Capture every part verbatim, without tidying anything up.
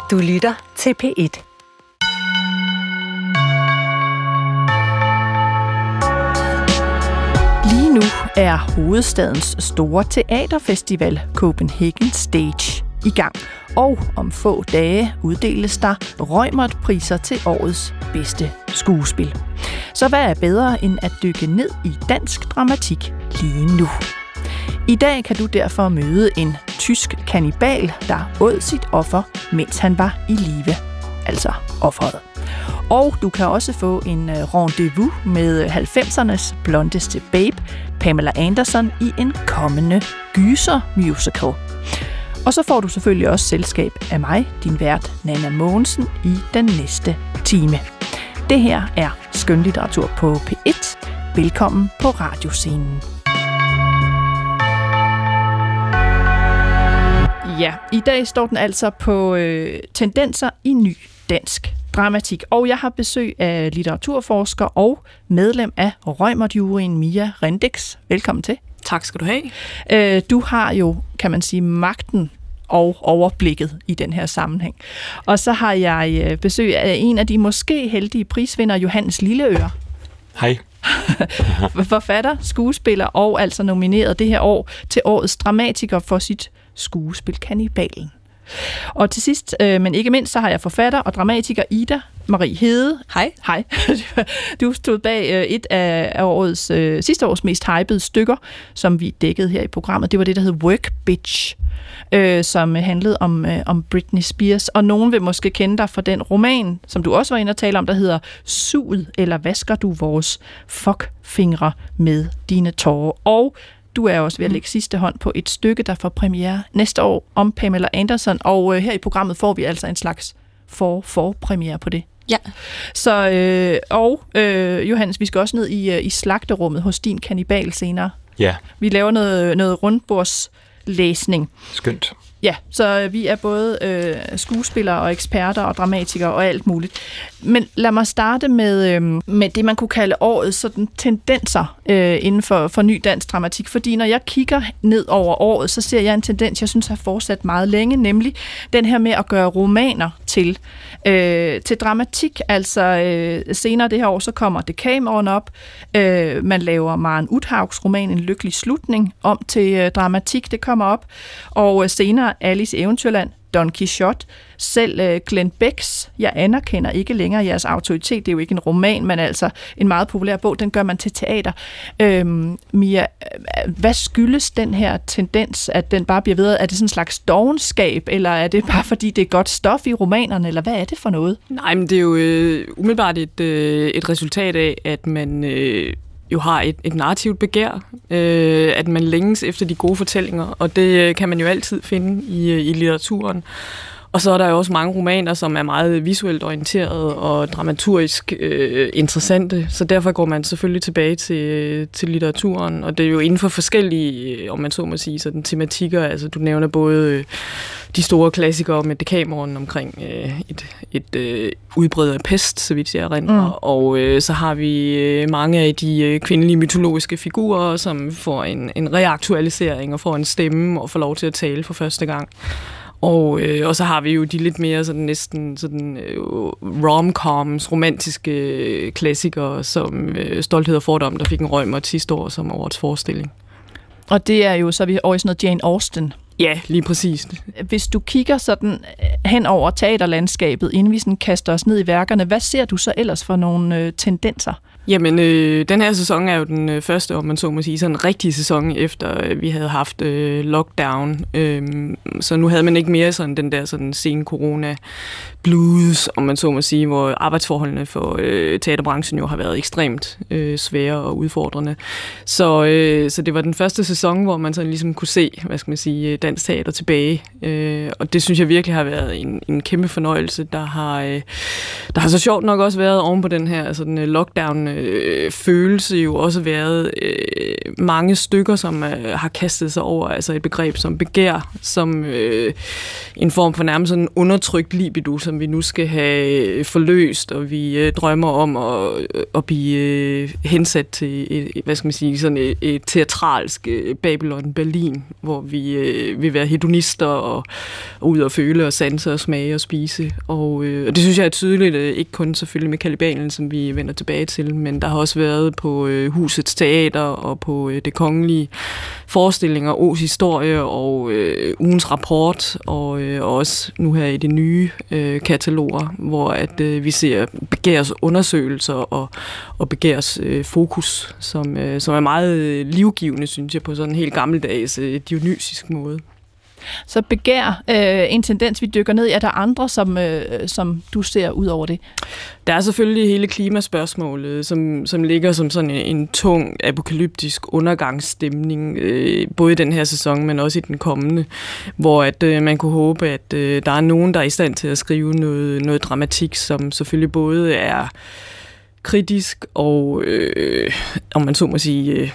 Du lytter til P et. Lige nu er hovedstadens store teaterfestival Copenhagen Stage i gang, og om få dage uddeles der Reumert-priser til årets bedste skuespil. Så hvad er bedre end at dykke ned i dansk dramatik lige nu? I dag kan du derfor møde en tysk kannibal, der åd sit offer, mens han var i live. Altså offeret. Og du kan også få en rendezvous med halvfemsernes blondeste babe, Pamela Anderson, i en kommende gyser-musical. Og så får du selvfølgelig også selskab af mig, din vært Nanna Mogensen, i den næste time. Det her er skønlitteratur på P et. Velkommen på radioscenen. Ja, i dag står den altså på øh, tendenser i ny dansk dramatik. Og jeg har besøg af litteraturforsker og medlem af Reumert-juryen, Mia Rendex. Velkommen til. Tak skal du have. Øh, du har jo, kan man sige, magten og overblikket i den her sammenhæng. Og så har jeg besøg af en af de måske heldige prisvindere, Johannes Lilleøre. Hej. Forfatter, skuespiller og altså nomineret det her år til årets dramatiker for sit skuespil Kannibalen. Og til sidst, øh, men ikke mindst, så har jeg forfatter og dramatiker Ida Marie Hede. Hej. Hej. Du stod bag øh, et af årets, øh, sidste års mest hypede stykker, som vi dækkede her i programmet. Det var det, der hed Work Bitch, øh, som handlede om, øh, om Britney Spears. Og nogen vil måske kende dig fra den roman, som du også var inde og tale om, der hedder Sud, eller vasker du vores fuckfingre med dine tårer. Og du er også ved at lægge sidste hånd på et stykke, der får premiere næste år om Pamela Anderson, og øh, her i programmet får vi altså en slags for-for-premiere på det. Ja. Så, øh, og øh, Johannes, vi skal også ned i, øh, i slagterummet hos din kannibal senere. Ja. Vi laver noget, noget rundbordslæsning. Skønt. Ja, så vi er både øh, skuespillere og eksperter og dramatikere og alt muligt. Men lad mig starte med, øh, med det, man kunne kalde årets sådan, tendenser øh, inden for, for ny dansk dramatik. Fordi når jeg kigger ned over året, så ser jeg en tendens, jeg synes har fortsat meget længe, nemlig den her med at gøre romaner til, øh, til dramatik. Altså øh, senere det her år, så kommer Decameron op. Øh, man laver Maren Uthaugs roman En lykkelig slutning om til øh, dramatik. Det kommer op. Og øh, senere Alice i Eventyrland, Don Quixote, selv øh, Glenn Becks, jeg anerkender ikke længere jeres autoritet, det er jo ikke en roman, men altså en meget populær bog, den gør man til teater. Øhm, Mia, hvad skyldes den her tendens, at den bare bliver ved? Er det sådan en slags dovenskab, eller er det bare fordi, det er godt stof i romanerne, eller hvad er det for noget? Nej, men det er jo øh, umiddelbart et, øh, et resultat af, at man Øh jo har et, et narrativt begær, øh, at man længes efter de gode fortællinger, og det kan man jo altid finde i, i litteraturen. Og så er der jo også mange romaner, som er meget visuelt orienteret og dramaturgisk øh, interessante, så derfor går man selvfølgelig tilbage til, til litteraturen, og det er jo inden for forskellige, om man så må sige, sådan tematikker. Altså du nævner både øh, de store klassikere med Decameron omkring øh, et, et øh, udbrud af pest, så vidt jeg erindrer, mm. og øh, så har vi øh, mange af de øh, kvindelige mytologiske figurer, som får en, en reaktualisering og får en stemme og får lov til at tale for første gang. Og, øh, og så har vi jo de lidt mere sådan næsten sådan øh, rom-coms, romantiske øh, klassikere, som øh, Stolthed og Fordom, der fik en Reumert sidste år som årets forestilling. Og det er jo så vi over i sådan noget Jane Austen. Ja, lige præcis. Hvis du kigger sådan hen over teaterlandskabet, inden vi sådan kaster os ned i værkerne, hvad ser du så ellers for nogle øh, tendenser? Jamen, øh, den her sæson er jo den øh, første, om man så må sige, sådan en rigtig sæson, efter øh, vi havde haft øh, lockdown. Øh, så nu havde man ikke mere sådan den der sådan sen corona blues, om man så må sige, hvor arbejdsforholdene for øh, teaterbranchen jo har været ekstremt øh, svære og udfordrende. Så, øh, så det var den første sæson, hvor man sådan ligesom kunne se, hvad skal man sige, dansk teater tilbage. Øh, og det synes jeg virkelig har været en, en kæmpe fornøjelse. Der har, øh, der har så sjovt nok også været oven på den her sådan, øh, lockdown øh, følelse jo også været øh, mange stykker, som øh, har kastet sig over altså et begreb som begær, som øh, en form for nærmest sådan undertrykt libido, som vi nu skal have forløst, og vi øh, drømmer om at, at blive øh, hensat til et, hvad skal man sige, sådan et, et teatralsk øh, Babylon Berlin, hvor vi øh, vil være hedonister og, og ud og føle og sanse og smage og spise. Og, øh, og det synes jeg er tydeligt, øh, ikke kun selvfølgelig med Kannibalen, som vi vender tilbage til, men der har også været på øh, Husets Teater og på øh, Det Kongelige forestillinger, O's Historie og øh, Ugens Rapport, og, øh, og også nu her i de nye øh, kataloger, hvor at, øh, vi ser begærs undersøgelser og, og begærs øh, fokus, som, øh, som er meget øh, livgivende, synes jeg, på sådan en helt gammeldags øh, dionysisk måde. Så begær øh, en tendens, vi dykker ned i. Er der andre, som, øh, som du ser ud over det? Der er selvfølgelig hele klimaspørgsmålet, som, som ligger som sådan en, en tung, apokalyptisk undergangsstemning, øh, både i den her sæson, men også i den kommende, hvor at, øh, man kunne håbe, at øh, der er nogen, der er i stand til at skrive noget, noget dramatik, som selvfølgelig både er kritisk og, øh, om man så må sige, øh,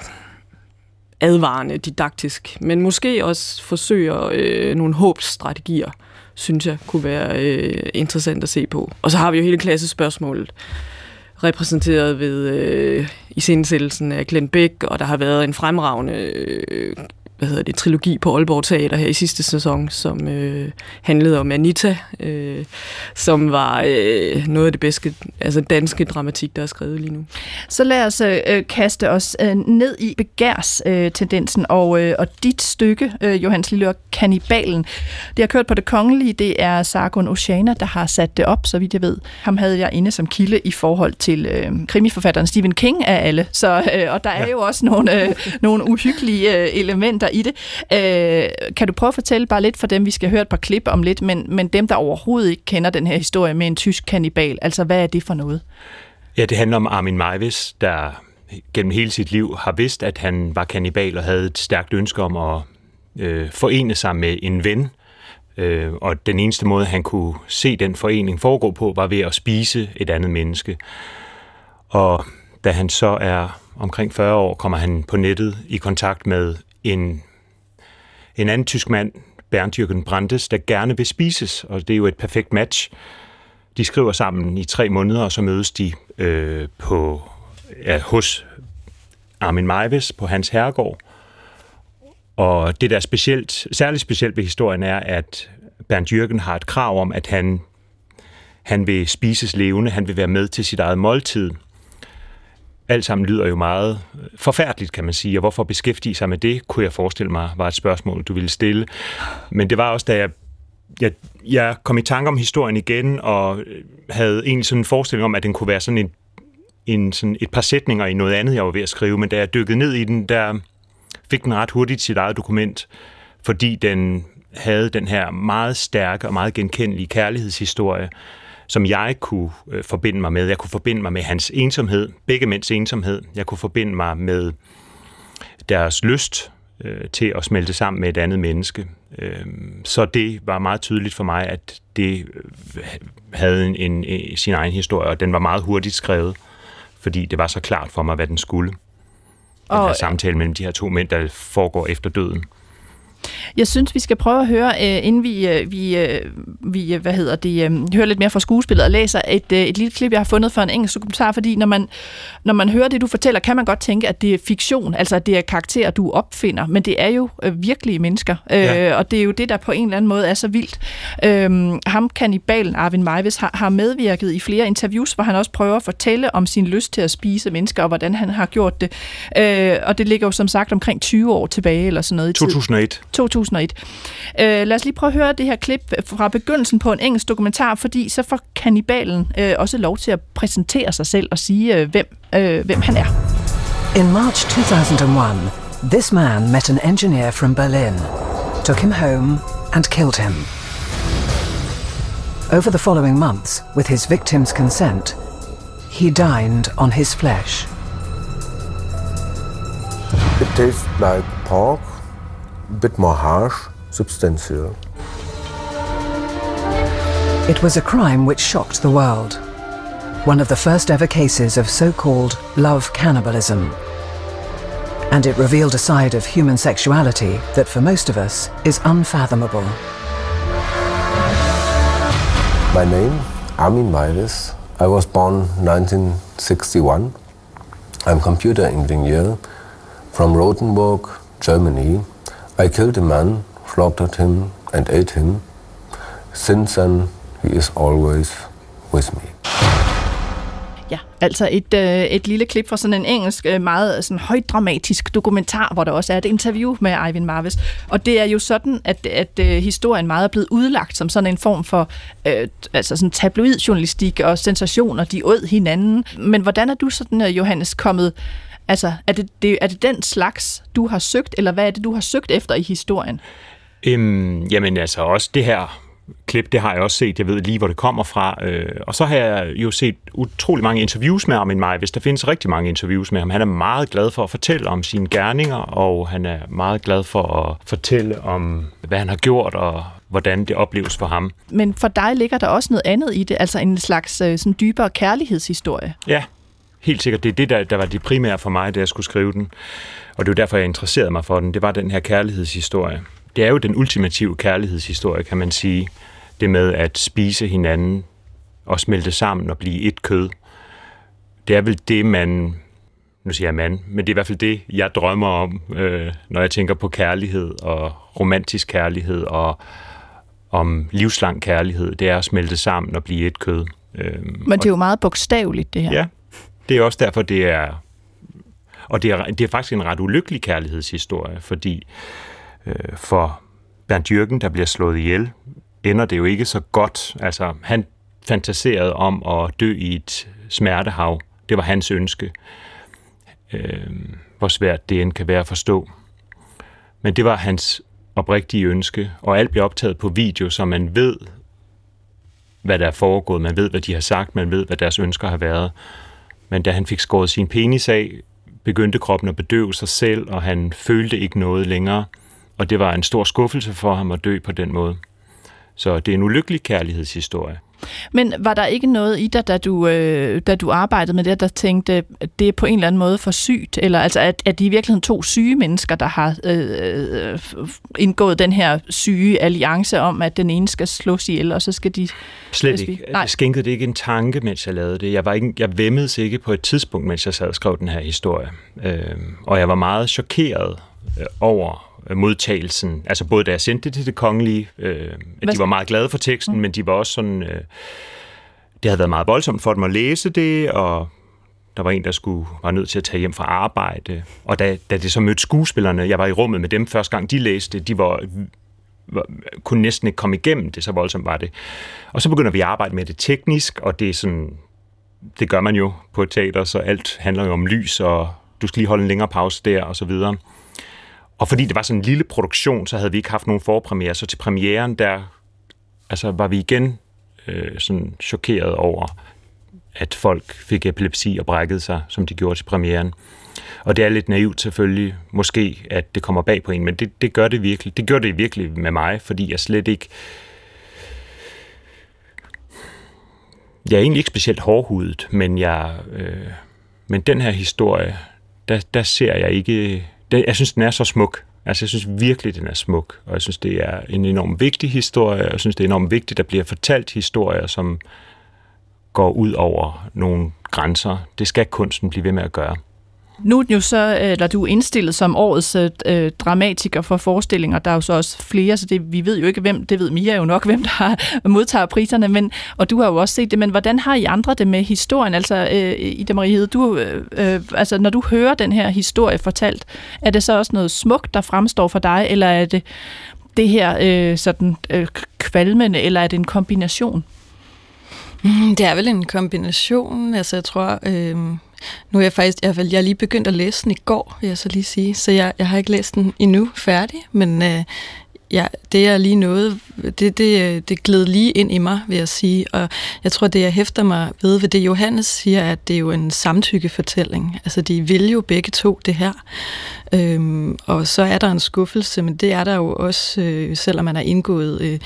advarende, didaktisk, men måske også forsøger øh, nogle håbsstrategier, synes jeg, kunne være øh, interessant at se på. Og så har vi jo hele klassespørgsmålet repræsenteret ved øh, iscenesættelsen af Glenn Beck, og der har været en fremragende øh, hvad hedder det, trilogi på Aalborg Teater her i sidste sæson, som øh, handlede om Anita, øh, som var øh, noget af det bedste altså danske dramatik, der er skrevet lige nu. Så lad os øh, kaste os øh, ned i begærstendensen, øh, og, øh, og dit stykke, øh, Johannes Lilleør, Kannibalen. Det har kørt på Det Kongelige, det er Sargon Oshana, der har sat det op, så vidt jeg ved. Ham havde jeg inde som kilde i forhold til øh, krimiforfatteren Stephen King af alle, så, øh, og der er ja. jo også nogle, øh, nogle uhyggelige øh, elementer i det. Øh, kan du prøve at fortælle bare lidt for dem, vi skal høre et par klip om lidt, men, men dem, der overhovedet ikke kender den her historie med en tysk kannibal, altså hvad er det for noget? Ja, det handler om Armin Meiwes, der gennem hele sit liv har vidst, at han var kannibal og havde et stærkt ønske om at øh, forene sig med en ven. Øh, og den eneste måde, han kunne se den forening foregå på, var ved at spise et andet menneske. Og da han så er omkring fyrre år, kommer han på nettet i kontakt med en, en anden tysk mand, Bernd Jürgen Brandes, der gerne vil spises, og det er jo et perfekt match. De skriver sammen i tre måneder, og så mødes de øh, på, ja, hos Armin Meiwes på hans herregård. Og det, der er specielt, særligt specielt ved historien, er, at Bernd Jürgen har et krav om, at han, han vil spises levende, han vil være med til sit eget måltid. Alt sammen lyder jo meget forfærdeligt, kan man sige, og hvorfor beskæftige sig med det, kunne jeg forestille mig, var et spørgsmål, du ville stille. Men det var også, da jeg, jeg, jeg kom i tanke om historien igen, og havde egentlig sådan en forestilling om, at den kunne være sådan, en, en, sådan et par sætninger i noget andet, jeg var ved at skrive, men da jeg dykkede ned i den, der fik den ret hurtigt sit eget dokument, fordi den havde den her meget stærke og meget genkendelige kærlighedshistorie, som jeg kunne øh, forbinde mig med. Jeg kunne forbinde mig med hans ensomhed, begge mænds ensomhed. Jeg kunne forbinde mig med deres lyst øh, til at smelte sammen med et andet menneske. Øh, så det var meget tydeligt for mig, at det havde en, en, en, sin egen historie, og den var meget hurtigt skrevet, fordi det var så klart for mig, hvad den skulle. Den og, her samtale mellem de her to mænd, der foregår efter døden. Jeg synes, vi skal prøve at høre, øh, inden vi, øh, vi, øh, vi hvad hedder det, øh, hører lidt mere fra skuespillet og læser et, øh, et lille klip, jeg har fundet for en engelsk dokumentar, fordi når man, når man hører det, du fortæller, kan man godt tænke, at det er fiktion, altså at det er karakterer, du opfinder, men det er jo øh, virkelige mennesker, øh, ja. Og det er jo det, der på en eller anden måde er så vildt. Øh, ham, kannibalen Armin Meiwes, har, har medvirket i flere interviews, hvor han også prøver at fortælle om sin lyst til at spise mennesker, og hvordan han har gjort det. Øh, og det ligger jo som sagt omkring tyve år tilbage, eller sådan noget i tid. to tusind og et to tusind og et. Øh, lad os lige prøve at høre det her klip fra begyndelsen på en engelsk dokumentar, fordi så får kannibalen øh, også lov til at præsentere sig selv og sige, øh, hvem, øh, hvem han er. In March two thousand one, this man met an engineer from Berlin, took him home and killed him. Over the following months, with his victim's consent, he dined on his flesh. It tastes like pork. A bit more harsh, substantial. It was a crime which shocked the world. One of the first ever cases of so-called love cannibalism. And it revealed a side of human sexuality that for most of us is unfathomable. My name, Armin Meiwes. I was born nineteen sixty-one. I'm computer engineer from Rothenburg, Germany. I killed a man, slaughtered him and ate him. Since then, he is always with me. Ja, altså et, øh, et lille klip fra sådan en engelsk, øh, meget sådan højdramatisk dokumentar, hvor der også er et interview med Eivind Meiwes. Og det er jo sådan, at, at øh, historien meget er blevet udlagt som sådan en form for øh, altså sådan tabloidjournalistik og sensationer, de åd hinanden. Men hvordan er du sådan, øh, Johannes, kommet... Altså, er det, det, er det den slags, du har søgt, eller hvad er det, du har søgt efter i historien? Øhm, jamen altså også det her klip, det har jeg også set. Jeg ved lige, hvor det kommer fra. Øh, og så har jeg jo set utrolig mange interviews med Armin Meiwes. Der findes rigtig mange interviews med ham. Han er meget glad for at fortælle om sine gerninger, og han er meget glad for at fortælle om, hvad han har gjort, og hvordan det opleves for ham. Men for dig ligger der også noget andet i det, altså en slags sådan dybere kærlighedshistorie. Ja, helt sikkert. Det er det, der, der var det primære for mig, da jeg skulle skrive den. Og det var derfor, jeg interesserede mig for den. Det var den her kærlighedshistorie. Det er jo den ultimative kærlighedshistorie, kan man sige. Det med at spise hinanden og smelte sammen og blive et kød. Det er vel det, man... Nu siger jeg mand, men det er i hvert fald det, jeg drømmer om, øh, når jeg tænker på kærlighed og romantisk kærlighed og om livslang kærlighed. Det er at smelte sammen og blive et kød. Øh, men det er jo meget bogstaveligt, det her. Ja, det er også derfor, det er... Og det er, det er faktisk en ret ulykkelig kærlighedshistorie, fordi øh, for Bernd Jürgen, der bliver slået ihjel, ender det jo ikke så godt. Altså, han fantaserede om at dø i et smertehav. Det var hans ønske. Øh, hvor svært det end kan være at forstå. Men det var hans oprigtige ønske, og alt bliver optaget på video, så man ved, hvad der er foregået, man ved, hvad de har sagt, man ved, hvad deres ønsker har været. Men da han fik skåret sin penis af, begyndte kroppen at bedøve sig selv, og han følte ikke noget længere. Og det var en stor skuffelse for ham at dø på den måde. Så det er en ulykkelig kærlighedshistorie. Men var der ikke noget i dig, da du, øh, da du arbejdede med det, der tænkte, at det er på en eller anden måde for sygt? Eller altså, at, at de i virkeligheden to syge mennesker, der har øh, indgået den her syge alliance om, at den ene skal slås ihjel, og så skal de... Slet ikke. Jeg skænkede det ikke en tanke, mens jeg lavede det. Jeg, var ikke, jeg væmmedes ikke på et tidspunkt, mens jeg sad og skrev den her historie. Øh, og jeg var meget chokeret øh, over modtagelsen. Altså både da jeg sendte det til Det Kongelige, øh, at de var meget glade for teksten, mm. men de var også sådan... Øh, det havde været meget voldsomt for dem at læse det, og der var en, der skulle var nødt til at tage hjem fra arbejde. Og da, da det så mødte skuespillerne, jeg var i rummet med dem første gang, de læste, de var, var, kunne næsten ikke komme igennem det, så voldsomt var det. Og så begynder vi at arbejde med det teknisk, og det er sådan... Det gør man jo på et teater, så alt handler jo om lys, og du skal lige holde en længere pause der, og så videre. Og fordi det var sådan en lille produktion, så havde vi ikke haft nogen forpremiere, så til premieren, der altså, var vi igen øh, sådan chokeret over, at folk fik epilepsi og brækkede sig, som de gjorde til premieren. Og det er lidt naivt selvfølgelig, måske, at det kommer bag på en, men det, det gør det virkelig. Det gør det virkelig med mig, fordi jeg slet ikke... Jeg er egentlig ikke specielt hårdhudet, men, jeg, øh, men den her historie, der, der ser jeg ikke... Jeg synes, den er så smuk. Altså, jeg synes virkelig, den er smuk. Og jeg synes, det er en enormt vigtig historie. Og jeg synes, det er enormt vigtigt, at der bliver fortalt historier, som går ud over nogle grænser. Det skal kunsten blive ved med at gøre. Nu er den jo så, eller du er indstillet som årets øh, dramatiker for forestillinger. Der er jo så også flere, så det, vi ved jo ikke, hvem, det ved Mia jo nok, hvem der har, modtager priserne, men, og du har jo også set det, men hvordan har I andre det med historien? Altså, øh, Ida Marie Hede, du, øh, altså, når du hører den her historie fortalt, er det så også noget smukt, der fremstår for dig, eller er det det her øh, sådan øh, kvalmende, eller er det en kombination? Mm, det er vel en kombination, altså jeg tror... Øh Nu er jeg faktisk, i hvert fald, jeg er lige begyndt at læse den i går, vil jeg så lige sige, så jeg, jeg har ikke læst den endnu færdig, men øh, ja, det er lige noget, det, det, det gled lige ind i mig, vil jeg sige, og jeg tror, det jeg hæfter mig ved, ved det Johannes siger, at det er jo en samtykkefortælling, altså de vil jo begge to det her, øhm, og så er der en skuffelse, men det er der jo også, øh, selvom man har indgået øh,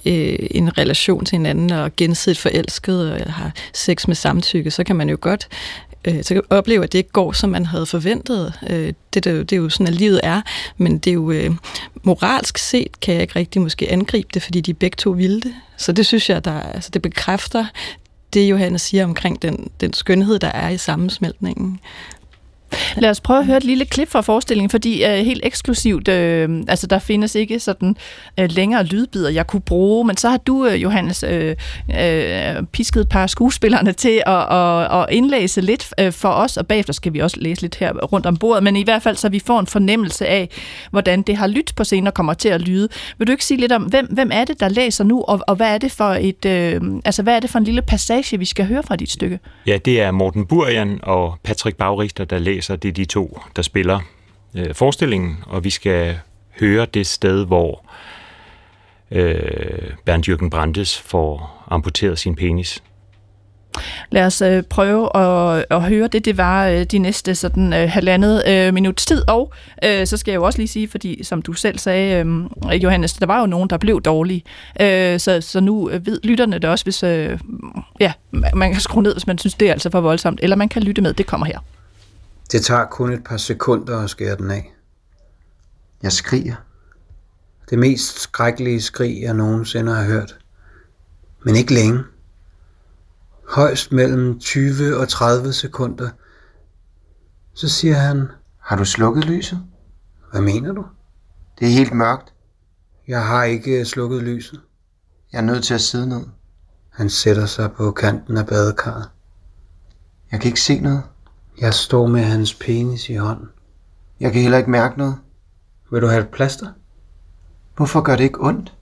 øh, en relation til hinanden og gensidigt forelsket og har sex med samtykke, så kan man jo godt øh, så kan opleve, at det ikke går, som man havde forventet. Øh, det, det, det er jo sådan, at livet er, men det er jo øh, moralsk set, kan jeg ikke rigtig måske angribe det, fordi de begge to ville det. Så det synes jeg, der, altså, det bekræfter det, Johannes siger omkring den, den skønhed, der er i sammensmeltningen. Lad os prøve at høre et lille klip fra forestillingen, fordi uh, helt eksklusivt, uh, altså der findes ikke sådan uh, længere lydbider, jeg kunne bruge, men så har du, uh, Johannes, uh, uh, pisket et par skuespillerne til at, at, at indlæse lidt uh, for os, og bagefter skal vi også læse lidt her rundt om bordet, men i hvert fald så vi får en fornemmelse af, hvordan det har lyttet på scenen og kommer til at lyde. Vil du ikke sige lidt om, hvem, hvem er det, der læser nu, og, og hvad er det for et, uh, altså hvad er det for en lille passage, vi skal høre fra dit stykke? Ja, det er Morten Burian og Patrick Baurichter, der læser. Det er de to, der spiller øh, forestillingen, og vi skal høre det sted, hvor øh, Bernd Jürgen Brandes får amputeret sin penis. Lad os øh, prøve at, at høre det. Det var øh, de næste sådan øh, halvandet øh, minuts tid, og øh, så skal jeg jo også lige sige, fordi som du selv sagde, øh, Johannes, der var jo nogen, der blev dårlige. Øh, så, så nu ved lytterne det også, hvis øh, ja, man kan skrue ned, hvis man synes, det er altså for voldsomt, eller man kan lytte med. Det kommer her. Det tager kun et par sekunder at skære den af. Jeg skriger. Det mest skrækkelige skrig, jeg nogensinde har hørt. Men ikke længe. Højst mellem tyve og tredive sekunder. Så siger han, har du slukket lyset? Hvad mener du? Det er helt mørkt. Jeg har ikke slukket lyset. Jeg er nødt til at sidde ned. Han sætter sig på kanten af badekarret. Jeg kan ikke se noget. Jeg står med hans penis i hånden. Jeg kan heller ikke mærke noget. Vil du have et plaster? Hvorfor gør det ikke ondt?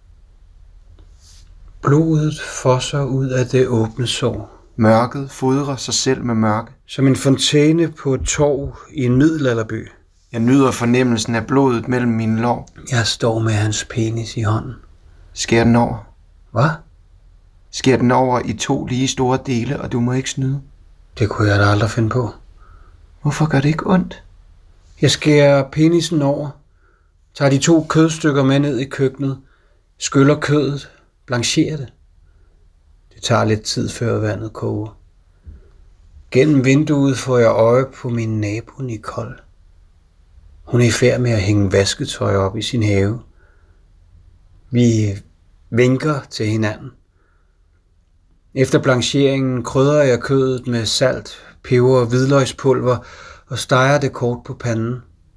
Blodet fosser ud af det åbne sår. Mørket fodrer sig selv med mørke. Som en fontæne på et torv i en middelalderby. Jeg nyder fornemmelsen af blodet mellem mine lår. Jeg står med hans penis i hånden. Skær den over. Hvad? Skær den over i to lige store dele, og du må ikke snyde. Det kunne jeg da aldrig finde på. Hvorfor gør det ikke ondt? Jeg skærer penisen over, tager de to kødstykker med ned i køkkenet, skyller kødet, blancherer det. Det tager lidt tid, før vandet koger. Gennem vinduet får jeg øje på min nabo Nicole. Hun er i færd med at hænge vasketøj op i sin have. Vi vinker til hinanden. Efter blancheringen krydrer jeg kødet med salt, peber og hvidløgspulver og steger det kort på panden.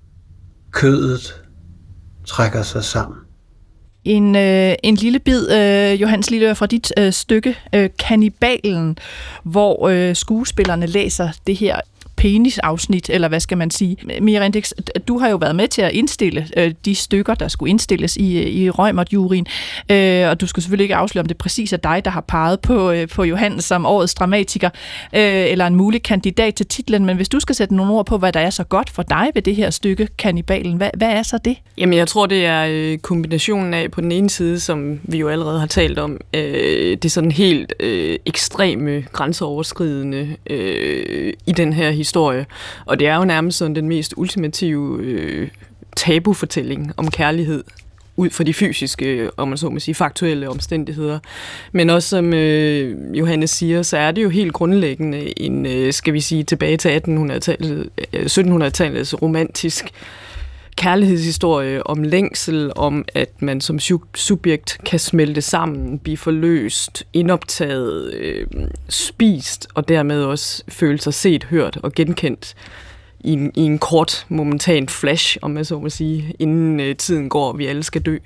Kødet trækker sig sammen. En, øh, en lille bid, øh, Johannes Lilleør, fra dit øh, stykke, øh, Kannibalen, hvor øh, skuespillerne læser det her penisafsnit, eller hvad skal man sige. Mira Index, du har jo været med til at indstille øh, de stykker, der skulle indstilles i, i Reumert-juryen, øh, og du skal selvfølgelig ikke afsløre, om det præcis er dig, der har peget på, øh, på Johannes som årets dramatiker, øh, eller en mulig kandidat til titlen, men hvis du skal sætte nogle ord på, hvad der er så godt for dig ved det her stykke, Kannibalen, hvad, hvad er så det? Jamen, jeg tror, det er øh, kombinationen af på den ene side, som vi jo allerede har talt om, øh, det sådan helt øh, ekstreme, grænseoverskridende øh, i den her historie. Og det er jo nærmest sådan den mest ultimative øh, tabufortælling om kærlighed ud fra de fysiske, om man så må sige, faktuelle omstændigheder. Men også som øh, Johannes siger, så er det jo helt grundlæggende en, øh, skal vi sige, tilbage til attenhundredetallet, øh, syttenhundredetallets romantisk kærlighedshistorie om længsel, om at man som subjekt kan smelte sammen, blive forløst, indoptaget, øh, spist, og dermed også føle sig set, hørt og genkendt i en, i en kort, momentan flash, om man så må sige, inden øh, tiden går, og vi alle skal dø.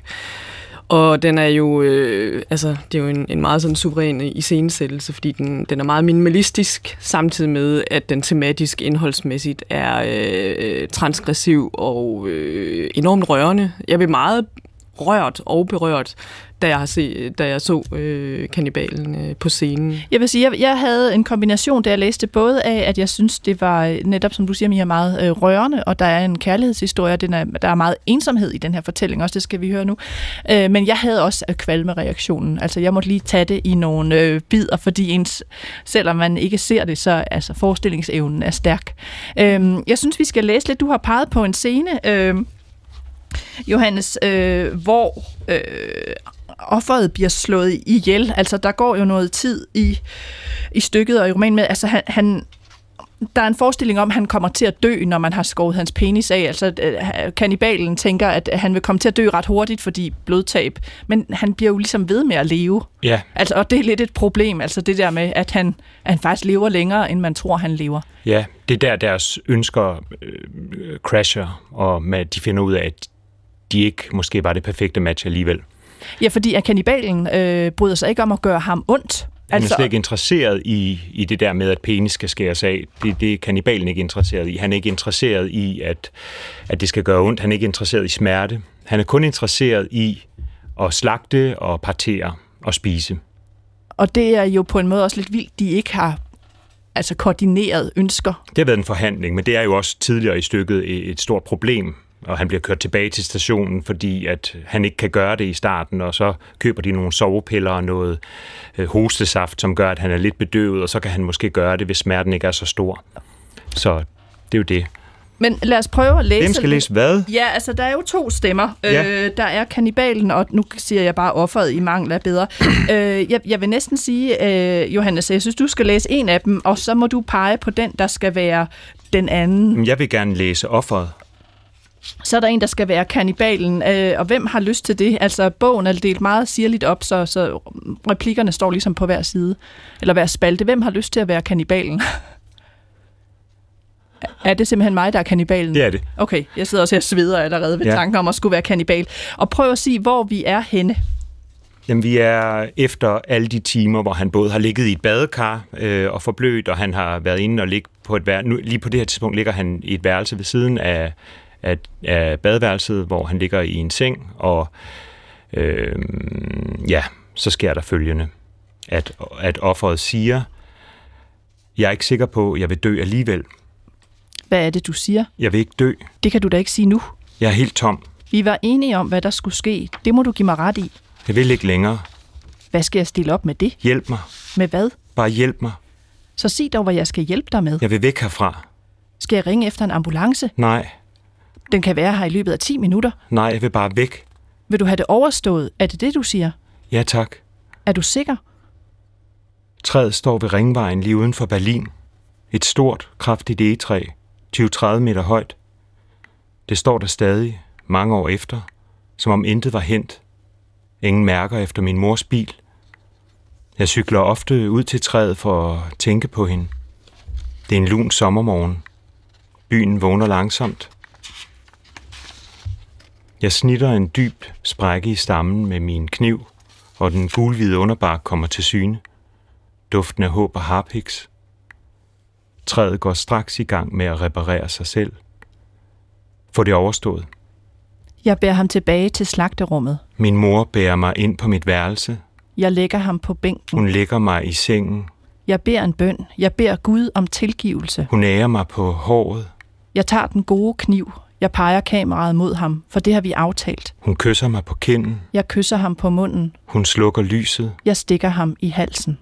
Og den er jo, øh, altså, det er jo en, en meget sådan suveræn iscenesættelse, fordi den, den er meget minimalistisk, samtidig med, at den tematisk indholdsmæssigt er øh, transgressiv og øh, enormt rørende. Jeg blev meget rørt og berørt, da jeg, har set, da jeg så øh, kannibalen øh, på scenen. Jeg vil sige, jeg, jeg havde en kombination, da jeg læste både af, at jeg synes, det var netop, som du siger, Mia, meget øh, rørende, og der er en kærlighedshistorie, den er, der er meget ensomhed i den her fortælling, også det skal vi høre nu. Øh, men jeg havde også kvalmereaktionen. Altså, jeg måtte lige tage det i nogle øh, bidder, fordi ens, selvom man ikke ser det, så altså, forestillingsevnen er stærk. Øh, jeg synes, vi skal læse lidt. Du har peget på en scene, øh, Johannes, øh, hvor øh, offeret bliver slået ihjel. Altså, der går jo noget tid i, i stykket og i romanen med, altså han, han der er en forestilling om, at han kommer til at dø, når man har skåret hans penis af. Altså, kannibalen tænker, at han vil komme til at dø ret hurtigt, fordi blodtab. Men han bliver jo ligesom ved med at leve. Ja. Altså, og det er lidt et problem, altså det der med, at han, at han faktisk lever længere, end man tror, han lever. Ja, det er der, deres ønsker øh, crasher, og med, de finder ud af, at de ikke måske var det perfekte match alligevel. Ja, fordi at kannibalen øh, bryder sig ikke om at gøre ham ondt. Han er slet ikke interesseret i, i det der med, at penis skal skæres af. Det, det er kannibalen ikke interesseret i. Han er ikke interesseret i, at, at det skal gøre ondt. Han er ikke interesseret i smerte. Han er kun interesseret i at slagte og partere og spise. Og det er jo på en måde også lidt vildt, de ikke har altså koordineret ønsker. Det har været en forhandling, men det er jo også tidligere i stykket et stort problem. Og han bliver kørt tilbage til stationen, fordi at han ikke kan gøre det i starten, og så køber de nogle sovepiller og noget øh, hostesaft, som gør, at han er lidt bedøvet, og så kan han måske gøre det, hvis smerten ikke er så stor. Så det er jo det. Men lad os prøve at læse... Hvem skal læse hvad? Ja, altså der er jo to stemmer. Ja. Øh, der er kannibalen, og nu siger jeg bare offeret i mangel af bedre. øh, jeg, jeg vil næsten sige, øh, Johannes, jeg synes, du skal læse en af dem, og så må du pege på den, der skal være den anden. Jeg vil gerne læse offeret. Så er der en, der skal være kannibalen, øh, og hvem har lyst til det? Altså, bogen er delt meget sirligt op, så, så replikkerne står ligesom på hver side, eller hver spalte. Hvem har lyst til at være kannibalen? Er det simpelthen mig, der er kannibalen? Det er det. Okay, jeg sidder også her og sveder allerede ved ja. tanken om at skulle være kannibal. Og prøv at sige, hvor vi er henne. Jamen, vi er efter alle de timer, hvor han både har ligget i et badekar øh, og forblødt, og han har været inde og ligget på et værelse. Nu, lige på det her tidspunkt ligger han i et værelse ved siden af Af, af badeværelset, hvor han ligger i en seng, og øh, ja, så sker der følgende, at, at offeret siger, jeg er ikke sikker på, at jeg vil dø alligevel. Hvad er det, du siger? Jeg vil ikke dø. Det kan du da ikke sige nu. Jeg er helt tom. Vi var enige om, hvad der skulle ske. Det må du give mig ret i. Jeg vil ikke længere. Hvad skal jeg stille op med det? Hjælp mig. Med hvad? Bare hjælp mig. Så sig dog, hvad jeg skal hjælpe dig med. Jeg vil væk herfra. Skal jeg ringe efter en ambulance? Nej. Den kan være her i løbet af ti minutter. Nej, jeg vil bare væk. Vil du have det overstået? Er det det, du siger? Ja, tak. Er du sikker? Træet står ved ringvejen lige uden for Berlin. Et stort, kraftigt egetræ, tyve til tredive meter højt. Det står der stadig, mange år efter, som om intet var hent. Ingen mærker efter min mors bil. Jeg cykler ofte ud til træet for at tænke på hende. Det er en lun sommermorgen. Byen vågner langsomt. Jeg snitter en dyb sprække i stammen med min kniv, og den gulhvide underbark kommer til syne. Duften af håb og harpiks. Træet går straks i gang med at reparere sig selv. Få det overstået. Jeg bærer ham tilbage til slagterummet. Min mor bærer mig ind på mit værelse. Jeg lægger ham på bænken. Hun lægger mig i sengen. Jeg beder en bøn. Jeg beder Gud om tilgivelse. Hun ærer mig på håret. Jeg tager den gode kniv. Jeg peger kameraet mod ham, for det har vi aftalt. Hun kysser mig på kinden. Jeg kysser ham på munden. Hun slukker lyset. Jeg stikker ham i halsen.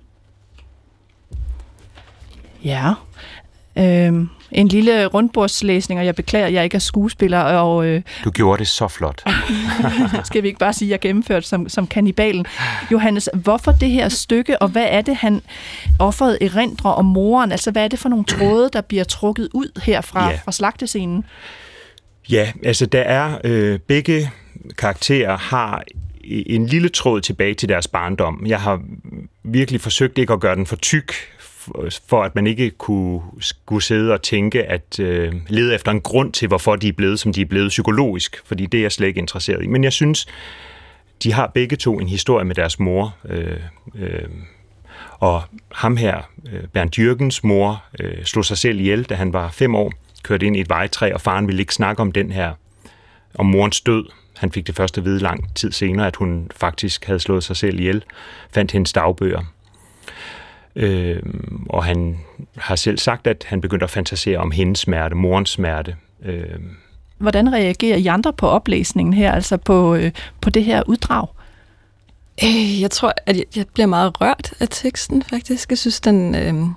Ja, øhm, en lille rundbordslæsning, og jeg beklager, at jeg ikke er skuespiller. Og, øh, du gjorde det så flot. Skal vi ikke bare sige, at jeg gennemførte som, som kannibalen. Johannes, hvorfor det her stykke, og hvad er det, han offeret erindrer om moren? Altså, hvad er det for nogle tråde, der bliver trukket ud her fra, ja. fra slagtescenen? Ja, altså der er øh, begge karakterer har en lille tråd tilbage til deres barndom. Jeg har virkelig forsøgt ikke at gøre den for tyk, for at man ikke kunne, skulle sidde og tænke at øh, lede efter en grund til, hvorfor de er blevet, som de er blevet psykologisk, fordi det er jeg slet ikke interesseret i. Men jeg synes, de har begge to en historie med deres mor, øh, øh, og ham her, øh, Bernd Jürgens mor, øh, slog sig selv ihjel, da han var fem år, kørte ind i et vejtræ, og faren ville ikke snakke om den her, om morens død. Han fik det først at vide lang tid senere, at hun faktisk havde slået sig selv ihjel, fandt hendes dagbøger. Øh, og han har selv sagt, at han begyndte at fantasere om hendes smerte, morens smerte. Øh. Hvordan reagerer I andre på oplæsningen her, altså på, øh, på det her uddrag? Jeg tror, at jeg bliver meget rørt af teksten, faktisk. Jeg synes, den, øh,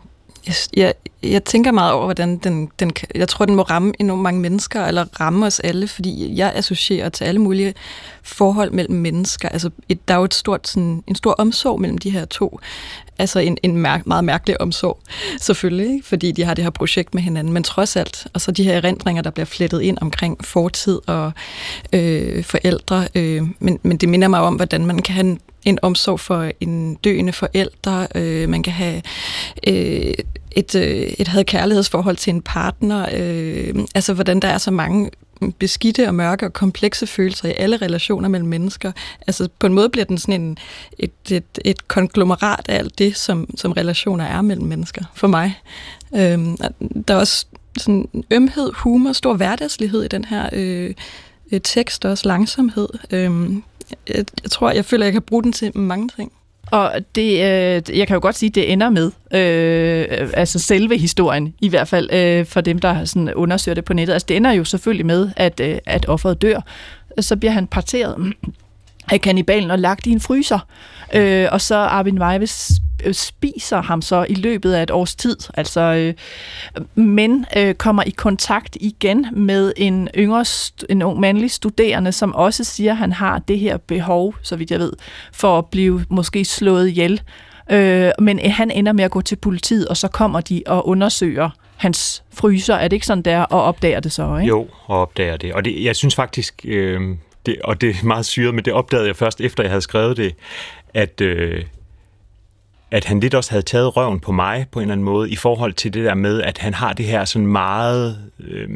Jeg, jeg, jeg tænker meget over, hvordan den, den... Jeg tror, den må ramme enormt mange mennesker, eller ramme os alle, fordi jeg associerer til alle mulige forhold mellem mennesker. Altså, et, der er jo et stort, sådan, en stor omsorg mellem de her to. Altså en, en mær- meget mærkelig omsorg, selvfølgelig, ikke? Fordi de har det her projekt med hinanden, men trods alt, og så de her erindringer, der bliver flettet ind omkring fortid og øh, forældre, øh, men, men det minder mig om, hvordan man kan have en, en omsorg for en døende forælder, øh, man kan have øh, et, øh, et had kærlighedsforhold til en partner, øh, altså hvordan der er så mange beskidte og mørke og komplekse følelser i alle relationer mellem mennesker. Altså på en måde bliver den sådan en, et, et, et konglomerat af alt det, som, som relationer er mellem mennesker, for mig. Øhm, der er også sådan ømhed, humor, stor hverdagslighed i den her øh, tekst, og også langsomhed. Øhm, jeg, jeg tror, jeg føler, jeg kan bruge den til mange ting. Og det, øh, jeg kan jo godt sige, at det ender med, øh, altså selve historien, i hvert fald øh, for dem, der sådan undersøger det på nettet. Altså det ender jo selvfølgelig med, at, øh, at offeret dør. Så bliver han parteret af kannibalen og lagt i en fryser. Øh, og så Armin Meiwes spiser ham så i løbet af et års tid. Altså, øh, men øh, kommer i kontakt igen med en yngre, en ung mandlig studerende, som også siger, at han har det her behov, så vidt jeg ved, for at blive måske slået ihjel. Øh, men han ender med at gå til politiet, og så kommer de og undersøger hans fryser. Er det ikke sådan der, og opdager det så, ikke? Jo, og opdager det. Og det, jeg synes faktisk, øh, det, og det er meget syret, men det opdagede jeg først, efter jeg havde skrevet det, at, øh, at han lidt også havde taget røven på mig på en eller anden måde, i forhold til det der med, at han har det her sådan meget øh,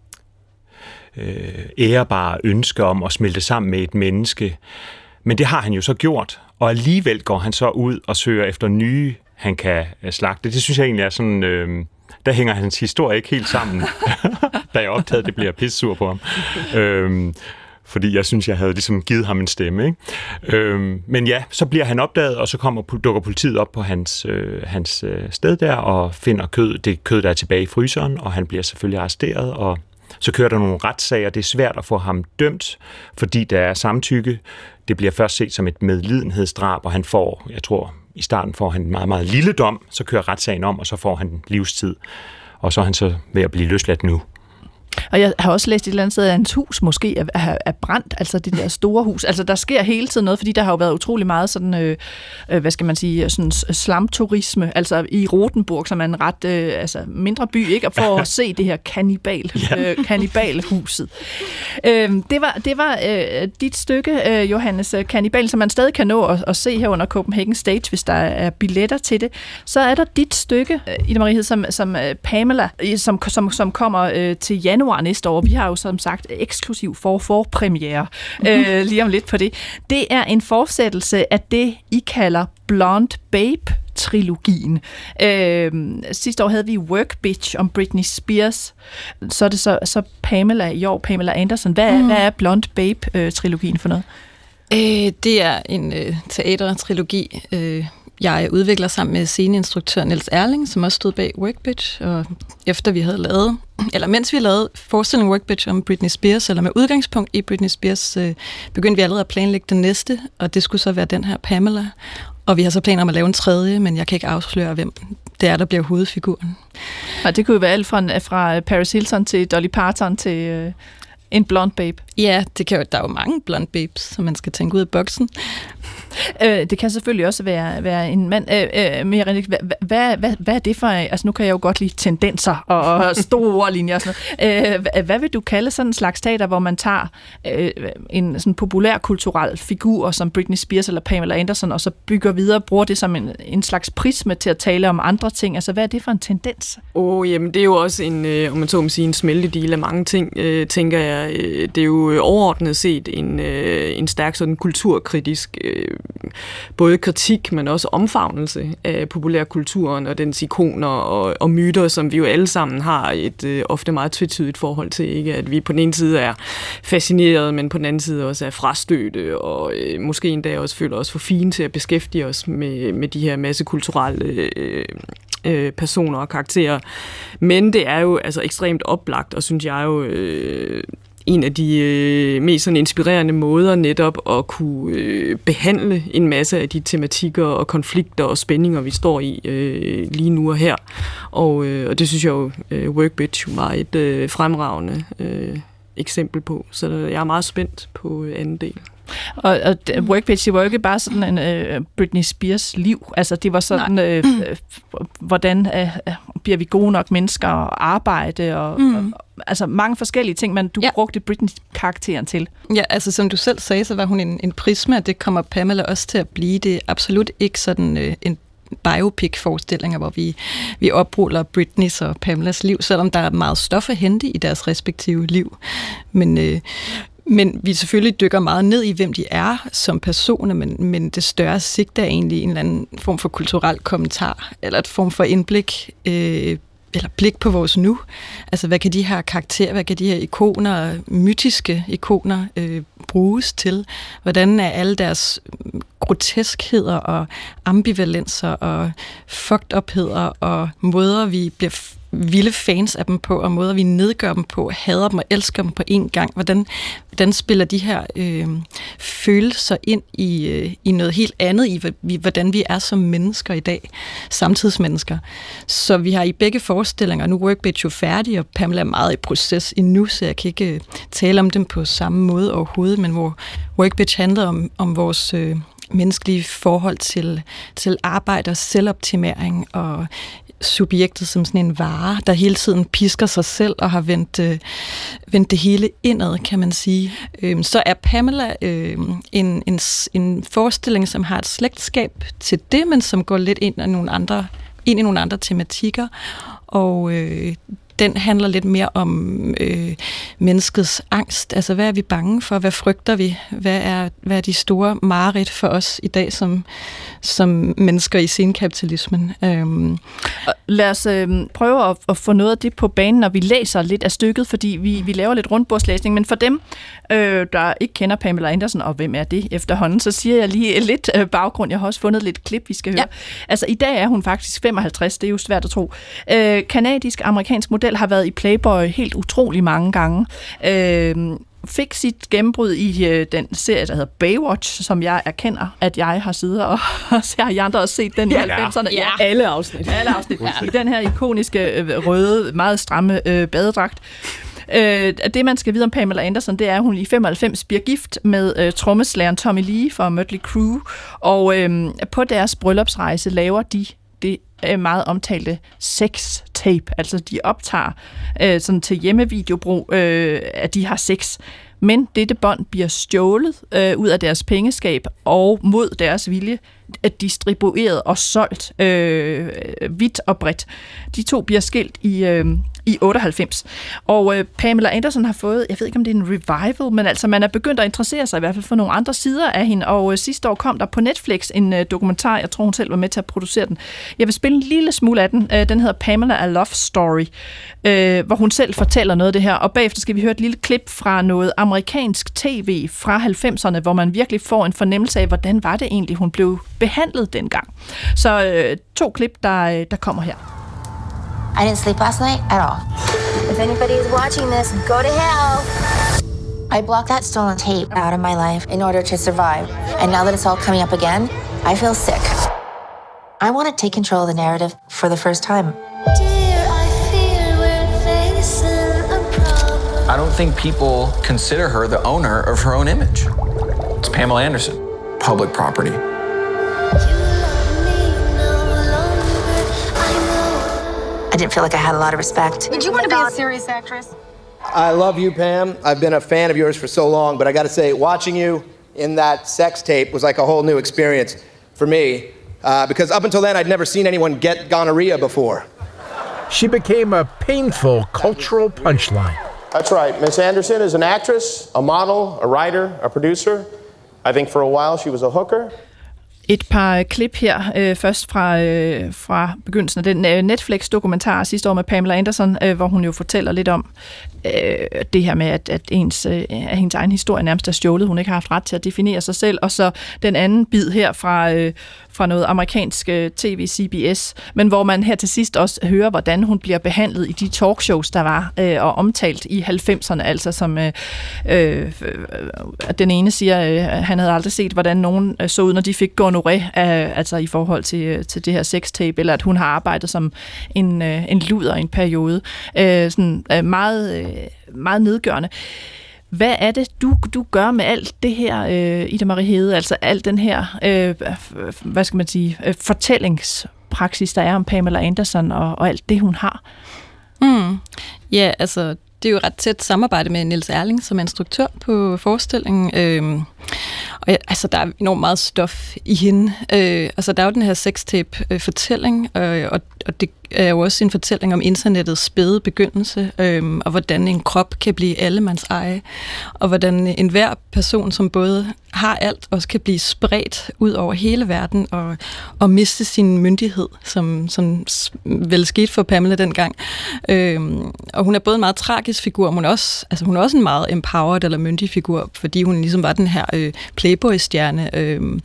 øh, ærebare ønske om at smelte sammen med et menneske. Men det har han jo så gjort, og alligevel går han så ud og søger efter nye, han kan slagte. Det synes jeg egentlig er sådan... Øh, der hænger hans historie ikke helt sammen, da jeg opdagede, det bliver pissur på ham. Øhm, fordi jeg synes, jeg havde ligesom givet ham en stemme. Ikke? Øhm, men ja, så bliver han opdaget, og så kommer, dukker politiet op på hans, øh, hans øh, sted der, og finder kød, det kød, der er tilbage i fryseren, og han bliver selvfølgelig arresteret, og så kører der nogle retssager. Det er svært at få ham dømt, fordi der er samtykke. Det bliver først set som et medlidenhedsdrab, og han får, jeg tror, i starten får han en meget, meget lille dom, så kører retssagen om, og så får han livstid. Og så er han så ved at blive løsladt nu. Og jeg har også læst et eller andet sted, at hans hus måske er, er, er brændt, altså det der store hus. Altså der sker hele tiden noget, fordi der har jo været utrolig meget sådan, øh, hvad skal man sige, sådan slamturisme, altså i Rotenburg, som er en ret øh, altså mindre by, ikke? Og for at se det her kannibal, ja. øh, kannibalhuset. Øh, det var, det var øh, dit stykke, øh, Johannes, Kannibal, som man stadig kan nå at, at se her under Copenhagen Stage, hvis der er billetter til det. Så er der dit stykke, Ida Marie, som, som Pamela, som, som, som kommer øh, til januar næste år. Vi har jo som sagt eksklusiv for forpremiere øh, lige om lidt på det. Det er en fortsættelse af det, I kalder Blonde Babe-trilogien. Øh, sidste år havde vi Work Bitch om Britney Spears. Så er det så, så Pamela i år, Pamela Anderson. Hvad, mm. hvad er Blonde Babe-trilogien for noget? Øh, det er en øh, teatertrilogi, øh, jeg udvikler sammen med sceneinstruktør Niels Erling, som også stod bag Work Bitch, og efter vi havde lavet, eller mens vi lavede forestillingen Work Bitch om Britney Spears, eller med udgangspunkt i Britney Spears, øh, begyndte vi allerede at planlægge den næste, og det skulle så være den her Pamela. Og vi har så planer om at lave en tredje, men jeg kan ikke afsløre, hvem det er, der bliver hovedfiguren. Og det kunne jo være alt fra, fra Paris Hilton til Dolly Parton til øh, en blond babe. Ja, det kan jo, der er jo mange blonde babes, som man skal tænke ud af boksen. Øh, det kan selvfølgelig også være, være en mand. Øh, øh, men René, hvad, hvad, hvad, hvad er det for? Altså nu kan jeg jo godt lide tendenser og, og store linjer og sådan noget. Øh, hvad, hvad vil du kalde sådan en slags teater, hvor man tager øh, en sådan populær kulturel figur som Britney Spears eller Pamela Anderson, og så bygger videre og bruger det som en, en slags prisme til at tale om andre ting? Altså hvad er det for en tendens? Åh, oh, jamen det er jo også en, øh, om man så må sige, en smeltedeal af mange ting, øh, tænker jeg. Øh, det er jo overordnet set en, øh, en stærk sådan kulturkritisk øh, både kritik, men også omfavnelse af populærkulturen og dens ikoner og, og myter, som vi jo alle sammen har et øh, ofte meget tvetydigt forhold til, ikke? At vi på den ene side er fascineret, men på den anden side også er frastødte, og øh, måske endda også føler os for fine til at beskæftige os med, med de her massekulturelle øh, øh, personer og karakterer. Men det er jo altså ekstremt oplagt, og synes jeg jo øh, en af de øh, mest sådan inspirerende måder netop at kunne øh, behandle en masse af de tematikker og konflikter og spændinger, vi står i øh, lige nu og her. Og, øh, og det synes jeg jo, øh, Workbitch var et øh, fremragende øh, eksempel på. Så jeg er meget spændt på anden del. Og, og Workbitch, det var jo ikke bare sådan en uh, Britney Spears liv. Altså, det var sådan, øh, øh, hvordan øh, bliver vi gode nok mennesker og arbejde, og, mm. og altså mange forskellige ting, men du ja. brugte Britney-karakteren til. Ja, altså som du selv sagde, så var hun en, en prisma, det kommer Pamela også til at blive. Det er absolut ikke sådan øh, en biopic-forestillinger, hvor vi, vi opruller Britneys og Pamelas liv, selvom der er meget stof at hente i deres respektive liv. Men øh, Men vi selvfølgelig dykker meget ned i, hvem de er som personer, men, men det større sigte er egentlig en eller anden form for kulturel kommentar, eller et form for indblik, øh, eller blik på vores nu. Altså, hvad kan de her karakterer, hvad kan de her ikoner, mytiske ikoner, øh, bruges til? Hvordan er alle deres groteskheder og ambivalenser og fucked upheder og måder, vi bliver vilde fans af dem på, og måder, vi nedgør dem på, hader dem og elsker dem på én gang. Hvordan, hvordan spiller de her øh, følelser ind i, øh, i noget helt andet, i hvordan vi er som mennesker i dag, samtidsmennesker. Så vi har i begge forestillinger, nu er Workbitch jo færdig, og Pamela er meget i proces endnu, så jeg kan ikke tale om dem på samme måde overhovedet, men hvor Workbitch handler om, om vores øh, menneskelige forhold til, til arbejde og selvoptimering og subjektet som sådan en vare, der hele tiden pisker sig selv og har vendt, øh, vendt det hele indad, kan man sige. Øhm, så er Pamela øh, en, en, en forestilling, som har et slægtskab til det, men som går lidt ind i nogle andre, ind i nogle andre tematikker, og øh, den handler lidt mere om øh, menneskets angst. Altså, hvad er vi bange for? Hvad frygter vi? Hvad er, hvad er de store mareridt for os i dag som, som mennesker i senkapitalismen? Øhm. Lad os øh, prøve at, at få noget af det på banen, når vi læser lidt af stykket, fordi vi, vi laver lidt rundbordslæsning. Men for dem, øh, der ikke kender Pamela Anderson, og hvem er det efterhånden, så siger jeg lige lidt øh, baggrund. Jeg har også fundet lidt klip, vi skal høre. Ja. Altså, i dag er hun faktisk femoghalvtreds, det er jo svært at tro. Øh, kanadisk-amerikansk model har været i Playboy helt utrolig mange gange. Øh, fik sit gennembrud i øh, den serie, der hedder Baywatch, som jeg erkender, at jeg har siddet og har I andre også set den i ja, halvfemserne. Ja, alle afsnit. Alle afsnit. Ja. I den her ikoniske øh, røde, meget stramme øh, badedragt. Øh, det, man skal vide om Pamela Anderson, det er, at hun i femoghalvfems bliver gift med øh, trommeslageren Tommy Lee fra Mötley Crüe, og øh, på deres bryllupsrejse laver de det meget omtalte sex-tape, altså de optager øh, sådan til hjemmevideobrug, øh, at de har sex. Men dette bånd bliver stjålet øh, ud af deres pengeskab og mod deres vilje distribueret og solgt øh, vidt og bredt. De to bliver skilt i, øh, i otteoghalvfems. Og øh, Pamela Anderson har fået, jeg ved ikke om det er en revival, men altså man er begyndt at interessere sig i hvert fald for nogle andre sider af hende, og øh, sidste år kom der på Netflix en øh, dokumentar, jeg tror hun selv var med til at producere den. Jeg vil spille en lille smule af den. Øh, den hedder Pamela A Love Story, øh, hvor hun selv fortæller noget af det her, og bagefter skal vi høre et lille klip fra noget amerikansk tv fra halvfemserne, hvor man virkelig får en fornemmelse af, hvordan var det egentlig, hun blev behandlet dengang. Så øh, to klip, der, der kommer her. I didn't sleep last night at all. If anybody is watching this, go to hell. I blocked that stolen tape out of my life in order to survive. And now that it's all coming up again, I feel sick. I want to take control of the narrative for the first time. Dear, I fear we're facing a problem. I don't think people consider her the owner of her own image. It's Pamela Anderson, public property. I didn't feel like I had a lot of respect. Did you want to be a serious actress? I love you, Pam. I've been a fan of yours for so long, but I got to say, watching you in that sex tape was like a whole new experience for me, uh, because up until then, I'd never seen anyone get gonorrhea before. She became a painful cultural punchline. That's right. Miss Anderson is an actress, a model, a writer, a producer. I think for a while she was a hooker. Et par klip her, øh, først fra, øh, fra begyndelsen af den øh, Netflix-dokumentar sidste år med Pamela Anderson, øh, hvor hun jo fortæller lidt om øh, det her med, at, at, ens, øh, at hendes egen historie nærmest er stjålet. Hun ikke har haft ret til at definere sig selv. Og så den anden bid her fra, øh, fra noget amerikansk øh, tv, C B S, men hvor man her til sidst også hører, hvordan hun bliver behandlet i de talkshows, der var øh, og omtalt i halvfemserne, altså som øh, øh, den ene siger, øh, han havde aldrig set, hvordan nogen øh, så ud, når de fik gonorré, øh, altså i forhold til, til det her sextape, eller at hun har arbejdet som en, øh, en luder i en periode. Øh, sådan øh, meget, øh, meget nedgørende. Hvad er det, du, du gør med alt det her, øh, Ida Marie Hede, altså alt den her, øh, hvad skal man sige, øh, fortællingspraksis, der er om Pamela Anderson og, og alt det, hun har? Mm. Ja, altså, det er jo ret tæt samarbejde med Niels Erling, som er instruktør på forestillingen. Øhm, og ja, altså, der er enormt meget stof i hende. Øh, altså, der er jo den her sextape-fortælling, øh, og, og det er jo også en fortælling om internettets spæde begyndelse, øh, og hvordan en krop kan blive allemands eje, og hvordan enhver person, som både har alt, også kan blive spredt ud over hele verden, og, og miste sin myndighed, som, som vel skete for Pamela dengang. Øh, og hun er både en meget tragisk figur, men hun er også, altså, hun er også en meget empowered eller myndig figur, fordi hun ligesom var den her øh, Playboy-stjerne, øh,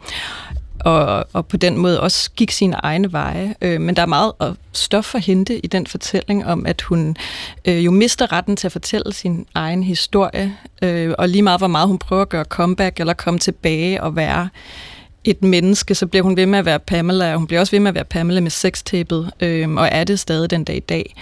Og, og på den måde også gik sine egne veje. Øh, men der er meget stof at hente i den fortælling om, at hun øh, jo mister retten til at fortælle sin egen historie, øh, og lige meget hvor meget hun prøver at gøre comeback eller komme tilbage og være et menneske, så bliver hun ved med at være Pamela, og hun bliver også ved med at være Pamela med sextapet, øh, og er det stadig den dag i dag.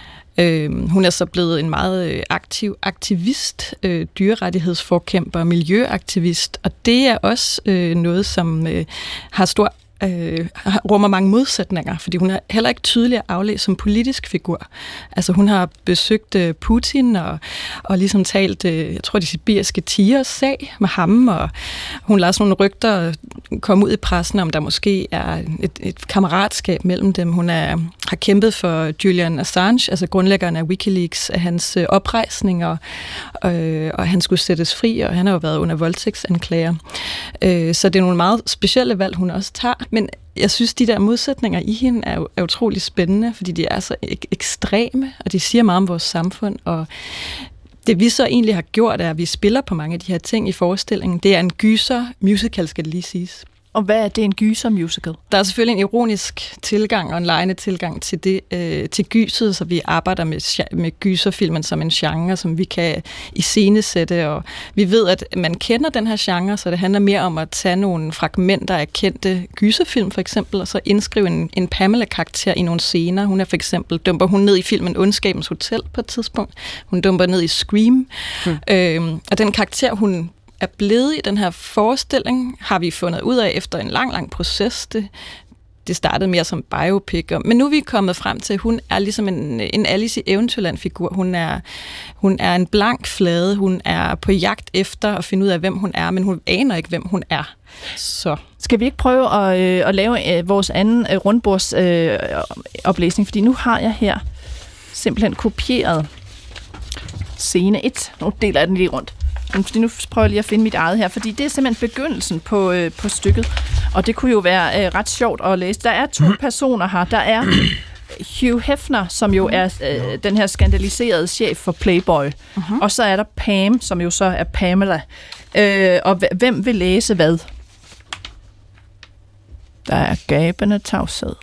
Øh, hun er så blevet en meget øh, aktiv aktivist, øh, dyrerettighedsforkæmper, miljøaktivist, og det er også øh, noget, som øh, har stor øh, rummer mange modsætninger, fordi hun er heller ikke tydelig at aflæse som politisk figur. Altså hun har besøgt øh, Putin og, og ligesom talt, øh, jeg tror, de sibiriske tigers sag med ham, og hun lader sådan nogle rygter komme ud i pressen, om der måske er et, et kammeratskab mellem dem. Hun er, har kæmpet for Julian Assange, altså grundlæggeren af WikiLeaks, af hans øh, oprejsning, og, øh, og han skulle sættes fri, og han har jo været under voldtægtsanklager. Øh, så det er nogle meget specielle valg, hun også tager. Men jeg synes, de der modsætninger i hende er, jo, er utrolig spændende, fordi de er så ek- ekstreme, og de siger meget om vores samfund, og det vi så egentlig har gjort, er, at vi spiller på mange af de her ting i forestillingen. Det er en gyser musical, skal det lige siges. Og hvad er det, en gyser musical? Der er selvfølgelig en ironisk tilgang og en legende tilgang til det, øh, til gyset, så vi arbejder med, med gyserfilmen som en genre, som vi kan iscenesætte, og vi ved, at man kender den her genre, så det handler mere om at tage nogle fragmenter af kendte gyserfilm, for eksempel, og så indskrive en, en Pamela-karakter i nogle scener. Hun er for eksempel, dumper hun ned i filmen Ondskabens Hotel på et tidspunkt. Hun dumper ned i Scream. Hmm. Øhm, og den karakter, hun er blevet i den her forestilling, har vi fundet ud af efter en lang, lang proces. Det, det startede mere som biopic, men nu er vi kommet frem til, at hun er ligesom en, en Alice i Eventyrland-figur. Hun er, hun er en blank flade, hun er på jagt efter at finde ud af, hvem hun er, men hun aner ikke, hvem hun er. Så. Skal vi ikke prøve at, øh, at lave øh, vores anden øh, rundbordsoplæsning, øh, fordi nu har jeg her simpelthen kopieret scene et. Nu deler jeg den lige rundt. Fordi nu prøver jeg lige at finde mit eget her, fordi det er simpelthen begyndelsen på, øh, på stykket, og det kunne jo være øh, ret sjovt at læse. Der er to personer her. Der er Hugh Hefner, som jo er øh, den her skandaliserede chef for Playboy, uh-huh. og så er der Pam, som jo så er Pamela. Øh, og hvem vil læse hvad? Der er gabende tavshed.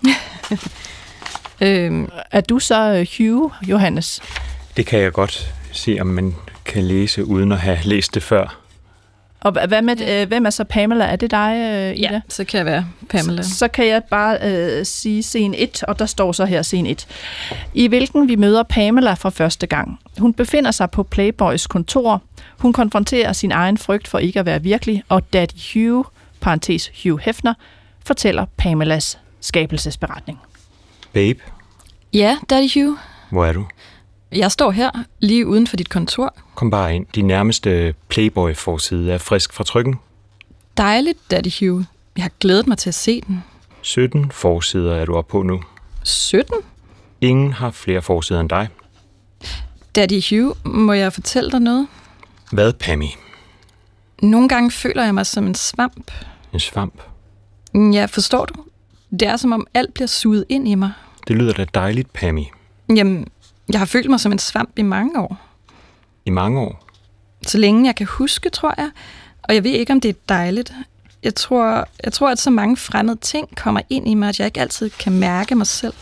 øhm, er du så Hugh, Johannes? Det kan jeg godt se, om man kan læse, uden at have læst det før. Og hvad med, øh, hvem er så Pamela? Er det dig, øh, Ida? Ja, så kan jeg være Pamela. Så, så kan jeg bare øh, sige scene et, og der står så her scene et. I hvilken vi møder Pamela for første gang. Hun befinder sig på Playboys kontor. Hun konfronterer sin egen frygt for ikke at være virkelig, og Daddy Hugh, parentes Hugh Hefner, fortæller Pamelas skabelsesberetning. Babe? Ja, Daddy Hugh. Hvor er du? Jeg står her, lige uden for dit kontor. Kom bare ind. Din nærmeste Playboy-forside er frisk fra trykken. Dejligt, Daddy Hugh. Jeg har glædet mig til at se den. sytten forsider er du oppe på nu. sytten? Ingen har flere forsider end dig. Daddy Hugh, må jeg fortælle dig noget? Hvad, Pammy? Nogle gange føler jeg mig som en svamp. En svamp? Ja, forstår du? Det er som om alt bliver suget ind i mig. Det lyder da dejligt, Pammy. Jamen, jeg har følt mig som en svamp i mange år. I mange år? Så længe jeg kan huske, tror jeg. Og jeg ved ikke, om det er dejligt. Jeg tror, jeg tror, at så mange fremmede ting kommer ind i mig, at jeg ikke altid kan mærke mig selv.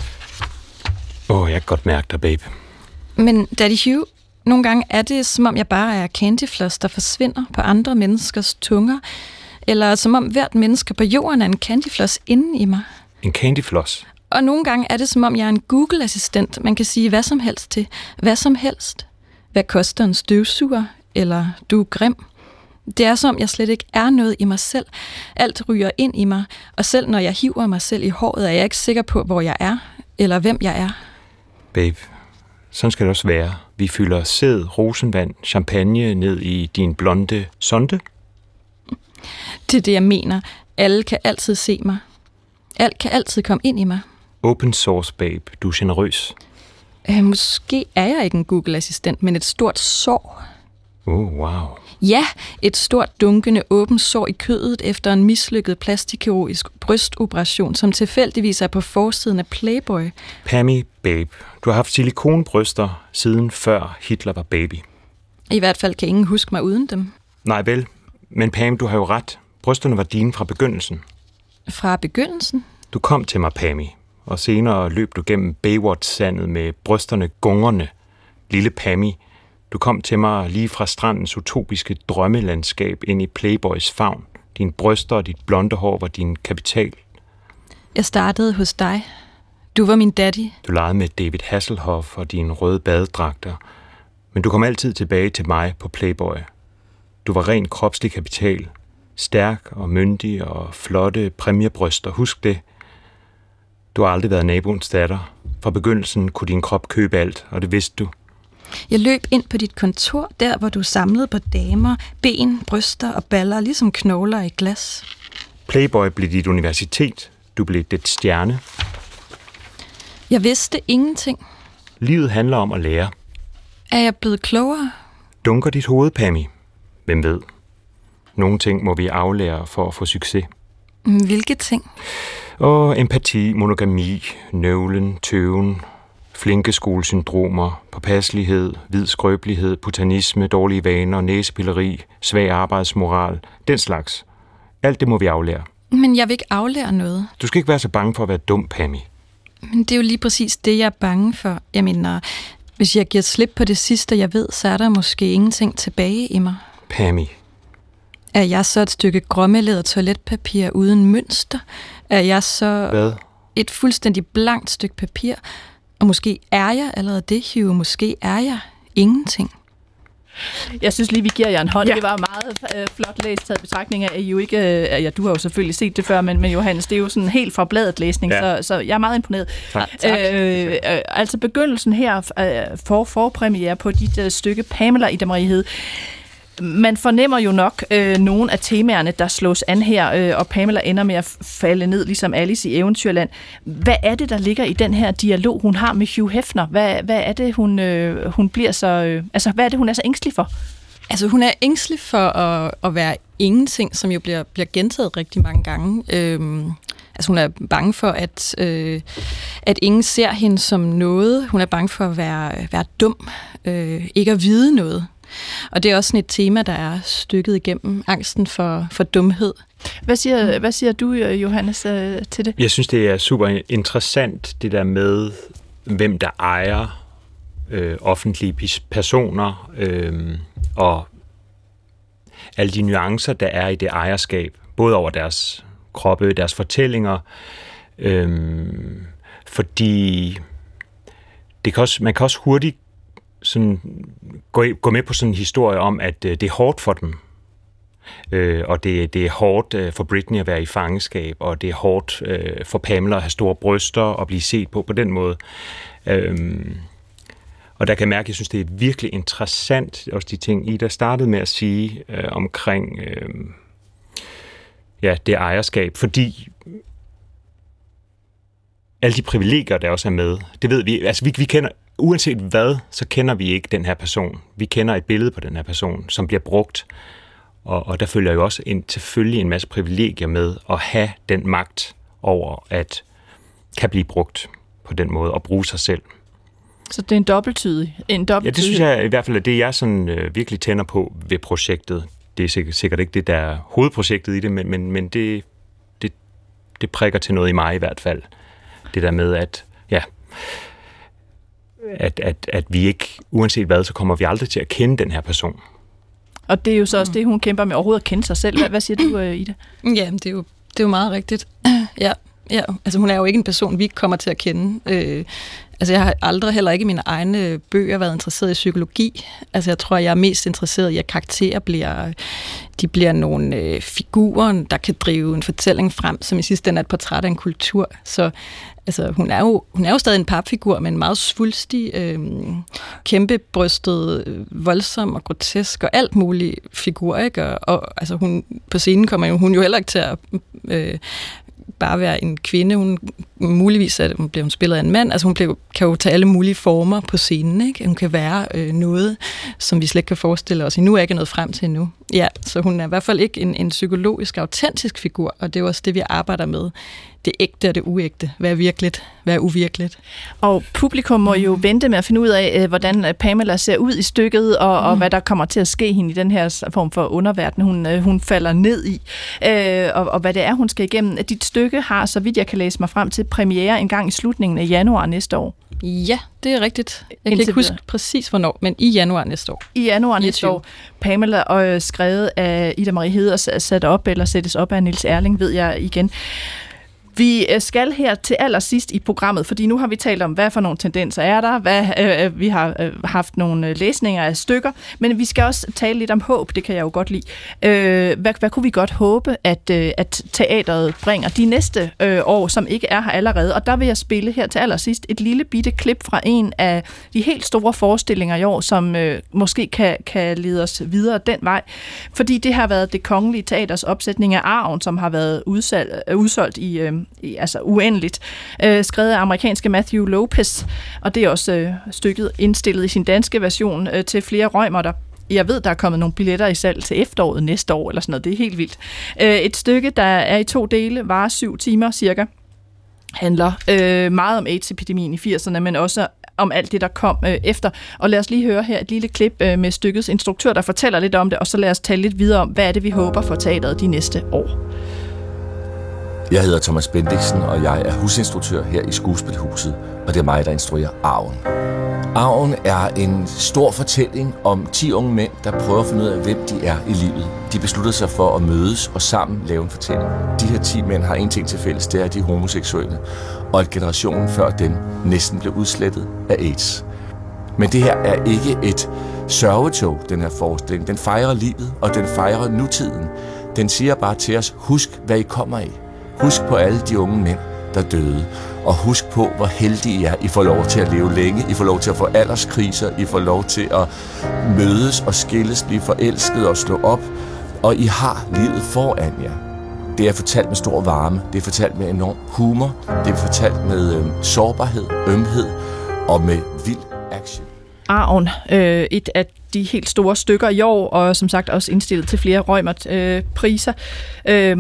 Åh, oh, jeg kan godt mærke dig, babe. Men Daddy Hugh, nogle gange er det, som om jeg bare er candyfloss, der forsvinder på andre menneskers tunger. Eller som om hvert menneske på jorden er en candyfloss inde i mig. En candyfloss? Og nogle gange er det, som om jeg er en Google-assistent. Man kan sige hvad som helst til. Hvad som helst. Hvad koster en støvsuger? Eller du er grim. Det er som, jeg slet ikke er noget i mig selv. Alt ryger ind i mig. Og selv når jeg hiver mig selv i håret, er jeg ikke sikker på, hvor jeg er. Eller hvem jeg er. Babe, sådan skal det også være. Vi fylder sæd, rosenvand, champagne ned i din blonde sonde. Det er det, jeg mener. Alle kan altid se mig. Alt kan altid komme ind i mig. Open source, babe. Du er generøs. Øh, måske er jeg ikke en Google-assistent, men et stort sår. Oh, wow. Ja, et stort dunkende åbent sår i kødet efter en mislykket plastikkirurgisk brystoperation, som tilfældigvis er på forsiden af Playboy. Pammy, babe. Du har haft silikonbryster siden før Hitler var baby. I hvert fald kan ingen huske mig uden dem. Nej vel, men Pam, du har jo ret. Brysterne var dine fra begyndelsen. Fra begyndelsen? Du kom til mig, Pammy, og senere løb du gennem Baywatch-sandet med brysterne gungerne. Lille Pammy, du kom til mig lige fra strandens utopiske drømmelandskab ind i Playboys favn. Dine bryster og dit blonde hår var din kapital. Jeg startede hos dig. Du var min daddy. Du legede med David Hasselhoff og dine røde badedragter. Men du kom altid tilbage til mig på Playboy. Du var ren kropslig kapital. Stærk og myndig og flotte præmiebryster. Husk det. Du har aldrig været naboens datter. Fra begyndelsen kunne din krop købe alt, og det vidste du. Jeg løb ind på dit kontor, der hvor du samlede på damer, ben, bryster og baller, ligesom knogler i glas. Playboy blev dit universitet. Du blev dit stjerne. Jeg vidste ingenting. Livet handler om at lære. Er jeg blevet klogere? Dunker dit hoved, Pammy? Hvem ved? Nogle ting må vi aflære for at få succes. Hvilke ting? Og empati, monogami, nøvlen, tøven, flinkeskolesyndromer, påpasselighed, hvid skrøbelighed, putanisme, dårlige vaner, næsepilleri, svag arbejdsmoral, den slags. Alt det må vi aflære. Men jeg vil ikke aflære noget. Du skal ikke være så bange for at være dum, Pammy. Men det er jo lige præcis det, jeg er bange for. Jeg mener, hvis jeg giver slip på det sidste, jeg ved, så er der måske ingenting tilbage i mig. Pammy. Er jeg så et stykke gråmelæder toiletpapir uden mønster? Er jeg så Hvad? et fuldstændig blankt stykke papir? Og måske er jeg allerede det, Hugh. Måske er jeg ingenting. Jeg synes lige, vi giver jer en hånd. Ja. Det var meget øh, flot læst, taget betragtning af, jo ikke, øh, ja, du har jo selvfølgelig set det før, men, men Johannes, det er jo sådan helt fra bladet læsning, Ja. så, så jeg er meget imponeret. Tak. Øh, øh, altså begyndelsen her øh, for forpremiere på dit øh, stykke Pamela i Marie. Man fornemmer jo nok øh, nogle af temaerne, der slås an her, øh, og Pamela ender med at falde ned, ligesom Alice i Eventyrland. Hvad er det, der ligger i den her dialog, hun har med Hugh Hefner? Hvad, hvad er det, hun, øh, hun bliver så... Øh, altså, hvad er det, hun er så ængstelig for? Altså, hun er ængstelig for at, at være ingenting, som jo bliver, bliver gentaget rigtig mange gange. Øhm, altså, hun er bange for, at, øh, at ingen ser hende som noget. Hun er bange for at være, være dum, øh, ikke at vide noget. Og det er også sådan et tema, der er stykket igennem angsten for, for dumhed. Hvad siger, hvad siger du, Johannes, til det? Jeg synes, det er super interessant, det der med, hvem der ejer øh, offentlige personer, øh, og alle de nuancer, der er i det ejerskab, både over deres kroppe, deres fortællinger, øh, fordi det kan også, man kan også hurtigt sådan gå, gå med på sådan en historie om, at øh, det er hårdt for dem. Øh, og det, det er hårdt øh, for Britney at være i fangenskab, og det er hårdt øh, for Pamela at have store bryster og blive set på på den måde. Øh, og der kan jeg mærke, at jeg synes, det er virkelig interessant, også de ting, Ida startede med at sige øh, omkring øh, ja, det ejerskab, fordi alle de privilegier, der også er med, det ved vi, altså vi, vi kender, uanset hvad, så kender vi ikke den her person. Vi kender et billede på den her person, som bliver brugt, og, og der følger jo også en, selvfølgelig en masse privilegier med at have den magt over, at kan blive brugt på den måde, og bruge sig selv. Så det er en dobbelttydig. En dobbelttydig. Ja, det synes jeg i hvert fald er det, jeg sådan, øh, virkelig tænder på ved projektet. det er sikkert, sikkert ikke det, der er hovedprojektet i det, men, men, men det, det, det prikker til noget i mig i hvert fald. Det der med, at, ja, at, at, at vi ikke, uanset hvad, så kommer vi aldrig til at kende den her person. Og det er jo så også det, hun kæmper med, overhovedet at kende sig selv. Hvad, hvad siger du, Ida? Ja, det er jo, det er jo meget rigtigt. Ja, ja, altså hun er jo ikke en person, vi ikke kommer til at kende. Øh, altså jeg har aldrig, heller ikke i mine egne bøger, været interesseret i psykologi. Altså jeg tror, jeg er mest interesseret i, at karakterer bliver, de bliver nogle øh, figurer, der kan drive en fortælling frem, som i sidste ende er et portræt af en kultur. Så altså, hun, er jo, hun er jo stadig en papfigur, men en meget svulstig, øh, kæmpebrystet, voldsom og grotesk og alt muligt figur, ikke? Og, og altså, hun, på scenen kommer jo, hun jo heller ikke til at øh, bare være en kvinde. Hun, muligvis at hun bliver hun spillet af en mand. Altså hun bliver, kan jo tage alle mulige former på scenen, ikke? Hun kan være øh, noget, som vi slet ikke kan forestille os. Endnu er ikke nået frem til endnu. Ja, så hun er i hvert fald ikke en, en psykologisk, autentisk figur, og det er også det, vi arbejder med. Det ægte og det uægte. Hvad er virkeligt? Hvad er uvirkeligt? Og publikum må jo vente med at finde ud af, hvordan Pamela ser ud i stykket, og, mm. og hvad der kommer til at ske hende i den her form for underverden, hun, hun falder ned i, øh, og, og hvad det er, hun skal igennem. Dit stykke har, så vidt jeg kan læse mig frem til, premiere en gang i slutningen af januar næste år. Ja, det er rigtigt. Jeg kan ikke huske præcis hvornår, men i januar næste år. I januar næste år. Pamela og skrevet af Ida Marie Heders, sat op eller sættes op af Niels Erling, ved jeg igen. Vi skal her til allersidst i programmet, fordi nu har vi talt om, hvad for nogle tendenser er der, hvad, øh, vi har øh, haft nogle læsninger af stykker, men vi skal også tale lidt om håb, det kan jeg jo godt lide. Øh, hvad, hvad kunne vi godt håbe, at, øh, at teateret bringer de næste øh, år, som ikke er her allerede? Og der vil jeg spille her til allersidst et lille bitte klip fra en af de helt store forestillinger i år, som øh, måske kan, kan lede os videre den vej, fordi det har været Det Kongelige Teaters opsætning af Arven, som har været udsalg, øh, udsolgt i øh, I, altså uendeligt, øh, skrevet af amerikanske Matthew Lopez, og det er også øh, stykket indstillet i sin danske version øh, til flere røgmåtter. Jeg ved, der er kommet nogle billetter i salg til efteråret næste år, eller sådan noget. Det er helt vildt. Øh, et stykke, der er i to dele, varer syv timer cirka, handler øh, meget om AIDS-epidemien i firserne, men også om alt det, der kom øh, efter. Og lad os lige høre her et lille klip øh, med stykkets instruktør, der fortæller lidt om det, og så lad os tale lidt videre om, hvad er det, vi håber for teateret de næste år. Jeg hedder Thomas Bendiksen, og jeg er husinstruktør her i Skuespilhuset, og det er mig, der instruerer Arven. Arven er en stor fortælling om ti unge mænd, der prøver at finde ud af, hvem de er i livet. De beslutter sig for at mødes og sammen lave en fortælling. De her ti mænd har en ting til fælles, det er, at de er homoseksuelle, og at generationen før dem næsten blev udslettet af AIDS. Men det her er ikke et sørgetog, den her forestilling. Den fejrer livet, og den fejrer nutiden. Den siger bare til os, husk, hvad I kommer af. Husk på alle de unge mænd, der døde, og husk på, hvor heldige I er. I får lov til at leve længe, I får lov til at få alderskriser, I får lov til at mødes og skilles, blive forelsket og slå op, og I har livet foran jer. Det er fortalt med stor varme, det er fortalt med enorm humor, det er fortalt med øh, sårbarhed, ømhed og med vild action. Arven, øh, et af de helt store stykker i år, og som sagt også indstillet til flere Reumert-priser. Øh,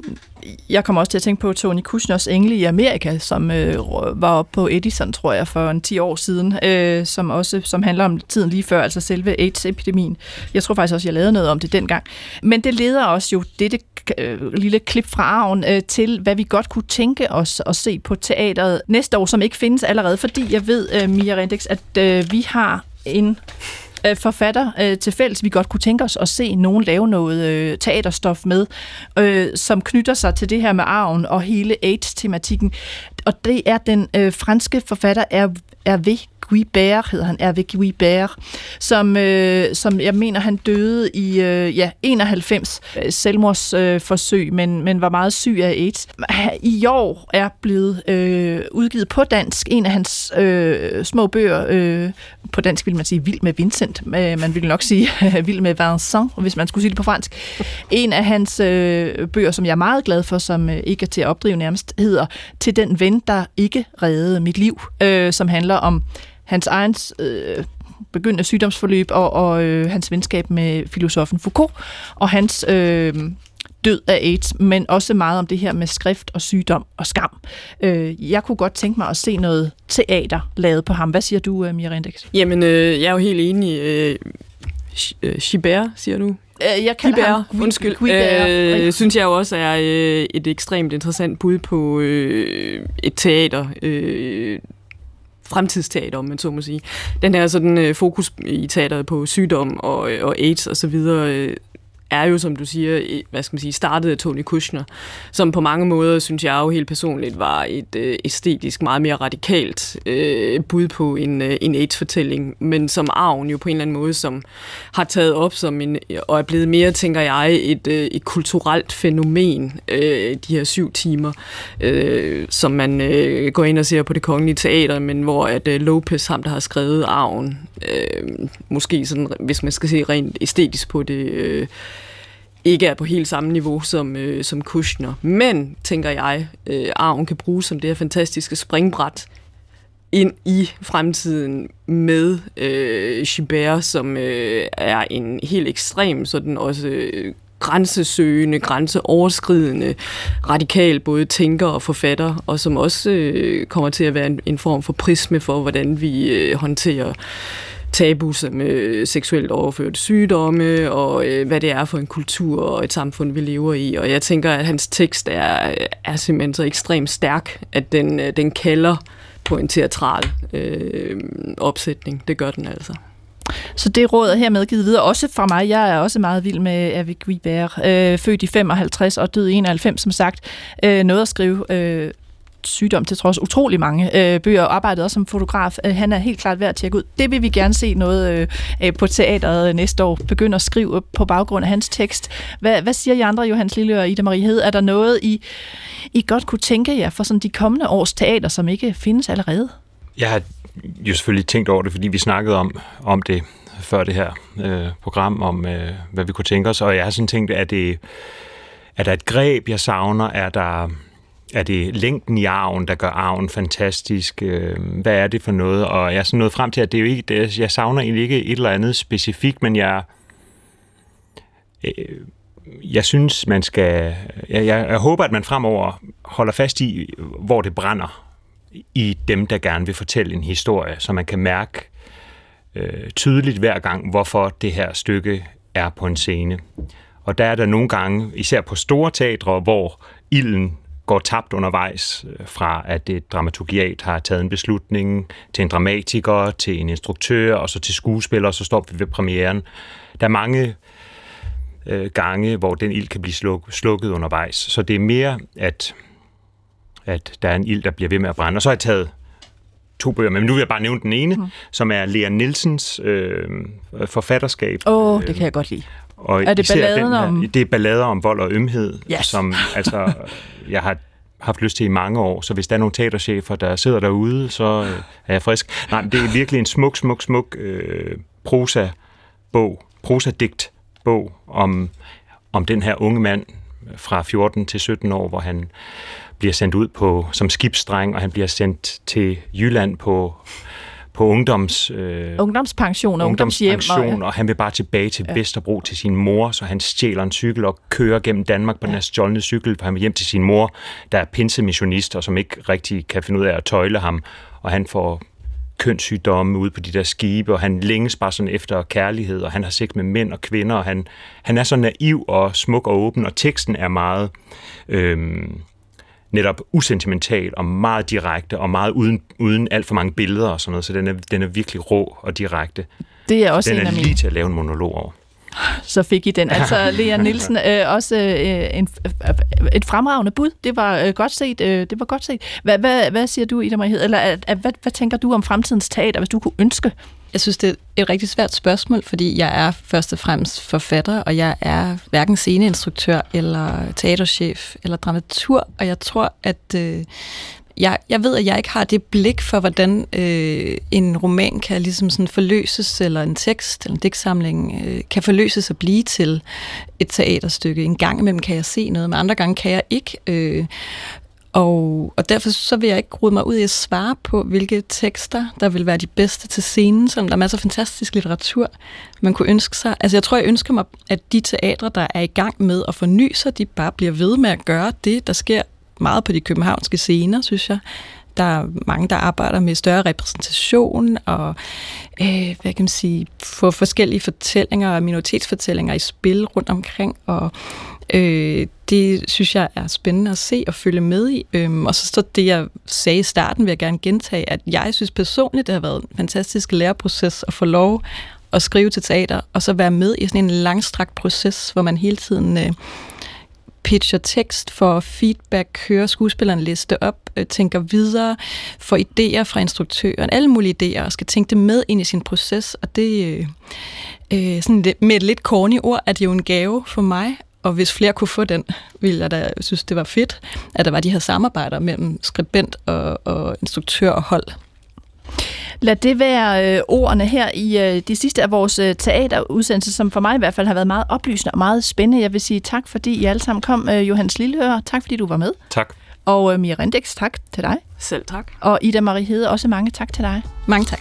jeg kommer også til at tænke på Tony Kushners Engle i Amerika, som øh, var oppe på Edison, tror jeg, for en ti år siden, øh, som også som handler om tiden lige før, altså selve AIDS-epidemien. Jeg tror faktisk også, jeg lavede noget om det dengang. Men det leder os jo, dette øh, lille klip fra Arven, øh, til, hvad vi godt kunne tænke os at se på teateret næste år, som ikke findes allerede, fordi jeg ved, øh, Mia Rendex, at øh, vi har en forfatter øh, til fælles, vi godt kunne tænke os at se nogen lave noget øh, teaterstof med, øh, som knytter sig til det her med arven og hele AIDS-tematikken. Og det er den øh, franske forfatter Hervé Guibert, hedder han, Hervé Guibert, som, øh, som jeg mener, han døde i øh, ja, enoghalvfems selvmordsforsøg, øh, men, men var meget syg af AIDS. I år er blevet øh, udgivet på dansk en af hans øh, små bøger, øh, på dansk vil man sige Vild med Vincent, man ville nok sige Vild med Vincent, hvis man skulle sige det på fransk. En af hans øh, bøger, som jeg er meget glad for, som øh, ikke er til at opdrive nærmest, hedder Til den ven, der ikke reddede mit liv, øh, som handler om hans egen øh, begyndende sygdomsforløb og, og øh, hans venskab med filosofen Foucault og hans øh, død af AIDS, men også meget om det her med skrift og sygdom og skam. Øh, jeg kunne godt tænke mig at se noget teater lavet på ham. Hvad siger du, Mia Rendex? Jamen, øh, jeg er jo helt enig. Øh, Guibert, siger du? Øh, jeg kalder Guibert, ham undskyld, Guibert. øh, synes jeg også er øh, et ekstremt interessant bud på øh, et teater, øh, fremtidsteater, om man så må sige. Den her sådan øh, fokus i teateret på sygdom og, og AIDS og så videre, øh, er jo, som du siger, hvad skal man sige, startet af Tony Kushner, som på mange måder, synes jeg jo helt personligt, var et øh, æstetisk meget mere radikalt øh, bud på en, øh, en AIDS-fortælling, men som arven jo på en eller anden måde, som har taget op som en, og er blevet mere, tænker jeg, et, øh, et kulturelt fænomen, øh, de her syv timer, øh, som man øh, går ind og ser på Det Kongelige Teater, men hvor at øh, Lopez, ham der har skrevet arven, øh, måske sådan, hvis man skal se rent æstetisk på det, øh, ikke er på helt samme niveau som, øh, som Kushner. Men, tænker jeg, øh, arven kan bruges som det her fantastiske springbræt ind i fremtiden med øh, Guibert, som øh, er en helt ekstrem, sådan også øh, grænsesøgende, grænseoverskridende, radikal både tænker og forfatter, og som også øh, kommer til at være en, en form for prisme for, hvordan vi øh, håndterer tabu som øh, seksuelt overførte sygdomme, og øh, hvad det er for en kultur og et samfund, vi lever i. Og jeg tænker, at hans tekst er, er simpelthen så ekstremt stærk, at den, øh, den kalder på en teatral øh, opsætning. Det gør den altså. Så det råd er hermed givet videre, også fra mig. Jeg er også meget vild med Hervé Guibert, øh, født i femoghalvtreds og død i enoghalvfems, som sagt. Øh, noget at skrive øh, sygdom til trods utrolig mange øh, bøger, og arbejdede også som fotograf. Øh, han er helt klart værd at tjekke ud. Det vil vi gerne se noget øh, på teateret næste år. Begynde at skrive på baggrund af hans tekst. Hvad, hvad siger I andre, Johannes Lille og Ida Marie Hed? Er der noget, I, I godt kunne tænke jer for sådan de kommende års teater, som ikke findes allerede? Jeg har jo selvfølgelig tænkt over det, fordi vi snakkede om, om det før det her øh, program, om øh, hvad vi kunne tænke os, og jeg har sådan tænkt, at det er der et greb, jeg savner? Er der Er det længden i arven, der gør arven fantastisk? Hvad er det for noget? Og jeg er sådan nået frem til, at det er jo ikke, det, jeg savner egentlig ikke et eller andet specifikt, men jeg, jeg synes, man skal, jeg, jeg, jeg håber, at man fremover holder fast i, hvor det brænder i dem, der gerne vil fortælle en historie, så man kan mærke øh, tydeligt hver gang, hvorfor det her stykke er på en scene. Og der er der nogle gange, især på store teatre, hvor ilden går tabt undervejs fra, at et dramaturgiat har taget en beslutning til en dramatiker, til en instruktør, og så til skuespiller, og så står vi ved premieren. Der er mange øh, gange, hvor den ild kan blive sluk, slukket undervejs. Så det er mere, at, at der er en ild, der bliver ved med at brænde. Og så har jeg taget to bøger, men nu vil jeg bare nævne den ene, mm. som er Lea Nielsens øh, forfatterskab. Åh, oh, det kan jeg godt lide. Og er det balladen her, om... Det er ballader om vold og ømhed, yes. som altså, jeg har haft lyst til i mange år. Så hvis der er nogle teaterchefer, der sidder derude, så øh, er jeg frisk. Nej, men det er virkelig en smuk, smuk, smuk øh, prosa-bog, prosa-digt-bog om, om den her unge mand fra fjorten til sytten år, hvor han bliver sendt ud på som skibsdreng, og han bliver sendt til Jylland på... på ungdoms, øh, ungdomspension og ungdomshjem. Og, ja. og han vil bare tilbage til ja. Vesterbro til sin mor, så han stjæler en cykel og kører gennem Danmark på ja. den her stjålne cykel, for han vil hjem til sin mor, der er pinsemissionist, og som ikke rigtig kan finde ud af at tøjle ham, og han får kønssygdomme ude på de der skibe, og han længes bare sådan efter kærlighed, og han har sex med mænd og kvinder, og han, han er så naiv og smuk og åben, og teksten er meget... Øh, netop usentimental og meget direkte og meget uden, uden alt for mange billeder og sådan noget, så den er, den er virkelig rå og direkte. Det er også den en er af lige mine. til at lave en monolog over. Så fik I den. Altså, Lea Nielsen, øh, også øh, en, et fremragende bud. Det var øh, godt set. Øh, det var godt set. Hvad, hvad, hvad siger du, Ida Marie Hed? Eller at, at, hvad, hvad tænker du om fremtidens teater, hvis du kunne ønske? Jeg synes, det er et rigtig svært spørgsmål, fordi jeg er først og fremmest forfatter, og jeg er hverken sceneinstruktør eller teaterchef eller dramaturg, og jeg tror, at øh, jeg, jeg ved, at jeg ikke har det blik for, hvordan øh, en roman kan ligesom sådan forløses, eller en tekst eller en digtsamling øh, kan forløses og blive til et teaterstykke. En gang imellem kan jeg se noget, men andre gange kan jeg ikke. Øh, Og, og derfor så vil jeg ikke rode mig ud i at svare på, hvilke tekster, der vil være de bedste til scenen, selvom der er masser af fantastisk litteratur, man kunne ønske sig. Altså jeg tror, jeg ønsker mig, at de teatre, der er i gang med at forny sig, de bare bliver ved med at gøre det. Der sker meget på de københavnske scener, synes jeg. der er mange, der arbejder med større repræsentation og øh, hvad kan man sige, få forskellige fortællinger og minoritetsfortællinger i spil rundt omkring, og øh, det synes jeg er spændende at se og følge med i. Øhm, og så, så det, jeg sagde i starten, vil jeg gerne gentage, at jeg synes personligt, det har været en fantastisk læreproces at få lov at skrive til teater, og så være med i sådan en langstrakt proces, hvor man hele tiden øh, pitcher tekst, får feedback, hører skuespilleren liste op, øh, tænker videre, får idéer fra instruktøren, alle mulige idéer, og skal tænke det med ind i sin proces, og det øh, øh, sådan lidt, med et lidt corny ord, at det jo en gave for mig, og hvis flere kunne få den, ville jeg da synes, det var fedt, at der var de her samarbejder mellem skribent og, og instruktør og hold. Lad det være øh, ordene her i øh, de sidste af vores øh, teaterudsendelser, som for mig i hvert fald har været meget oplysende og meget spændende. Jeg vil sige tak, fordi I alle sammen kom. Øh, Johannes Lilleøre, tak fordi du var med. Tak. Og øh, Mia Rindix, tak til dig. Selv tak. Og Ida Marie Hede, også mange tak til dig. Mange tak.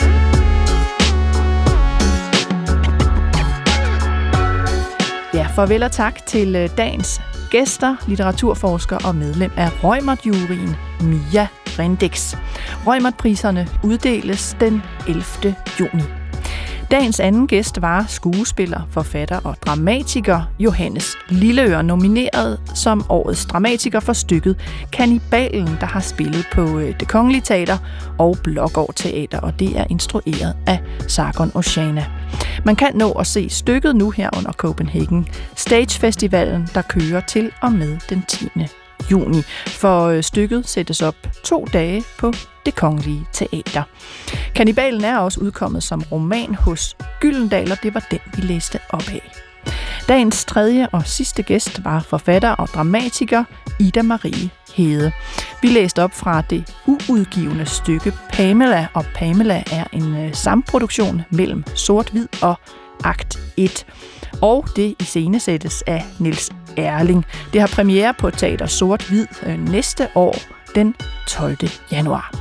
Ja, farvel og tak til øh, dagens gæster, litteraturforsker og medlem af Reumert-juryen, Mia Rindix. Reumert-priserne uddeles den ellevte juni. Dagens anden gæst var skuespiller, forfatter og dramatiker Johannes Lilleøre, nomineret som årets dramatiker for stykket Kannibalen, der har spillet på Det Kongelige Teater og Blågård Teater, og det er instrueret af Sargon Oshana. Man kan nå at se stykket nu her under Copenhagen Stage Festivalen, der kører til og med den tiende juni, for stykket sættes op to dage på Det Kongelige Teater. Kannibalen er også udkommet som roman hos Gyldendal, og det var den, vi læste op af. Dagens tredje og sidste gæst var forfatter og dramatiker Ida Marie Hede. Vi læste op fra det uudgivne stykke Pamela, og Pamela er en samproduktion mellem Sort-Hvid og Akt et. Og det iscenesættes af Niels Erling. Det har premiere på Teater Sort-Hvid næste år, den tolvte januar.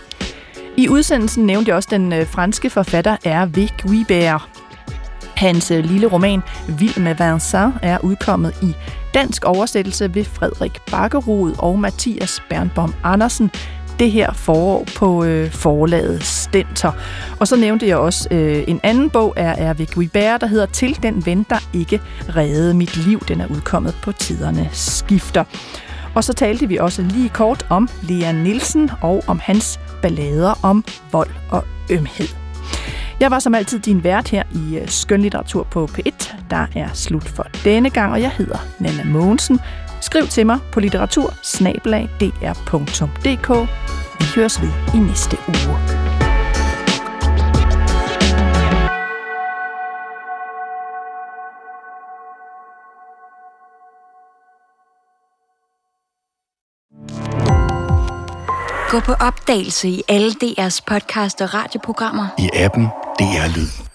I udsendelsen nævnte jeg også den franske forfatter Hervé Guibert. Hans lille roman Vild med Vincent er udkommet i dansk oversættelse ved Frederik Bakkerud og Mathias Bernbom Andersen det her forår på øh, forlaget Stenter. Og så nævnte jeg også øh, en anden bog af Hervé Guibert, der hedder Til den ven, der ikke reddede mit liv. Den er udkommet på Tiderne Skifter. Og så talte vi også lige kort om Lea Nielsen og om hans ballader om vold og ømhed. Jeg var som altid din vært her i Skønlitteratur på P et. Der er slut for denne gang, og jeg hedder Nanna Mogensen. Skriv til mig på litteratur snabel-a d r punktum d k. Vi høres ved i næste uge. Gå på opdagelse i alle D R's podcast og radioprogrammer. I appen D R Lyd.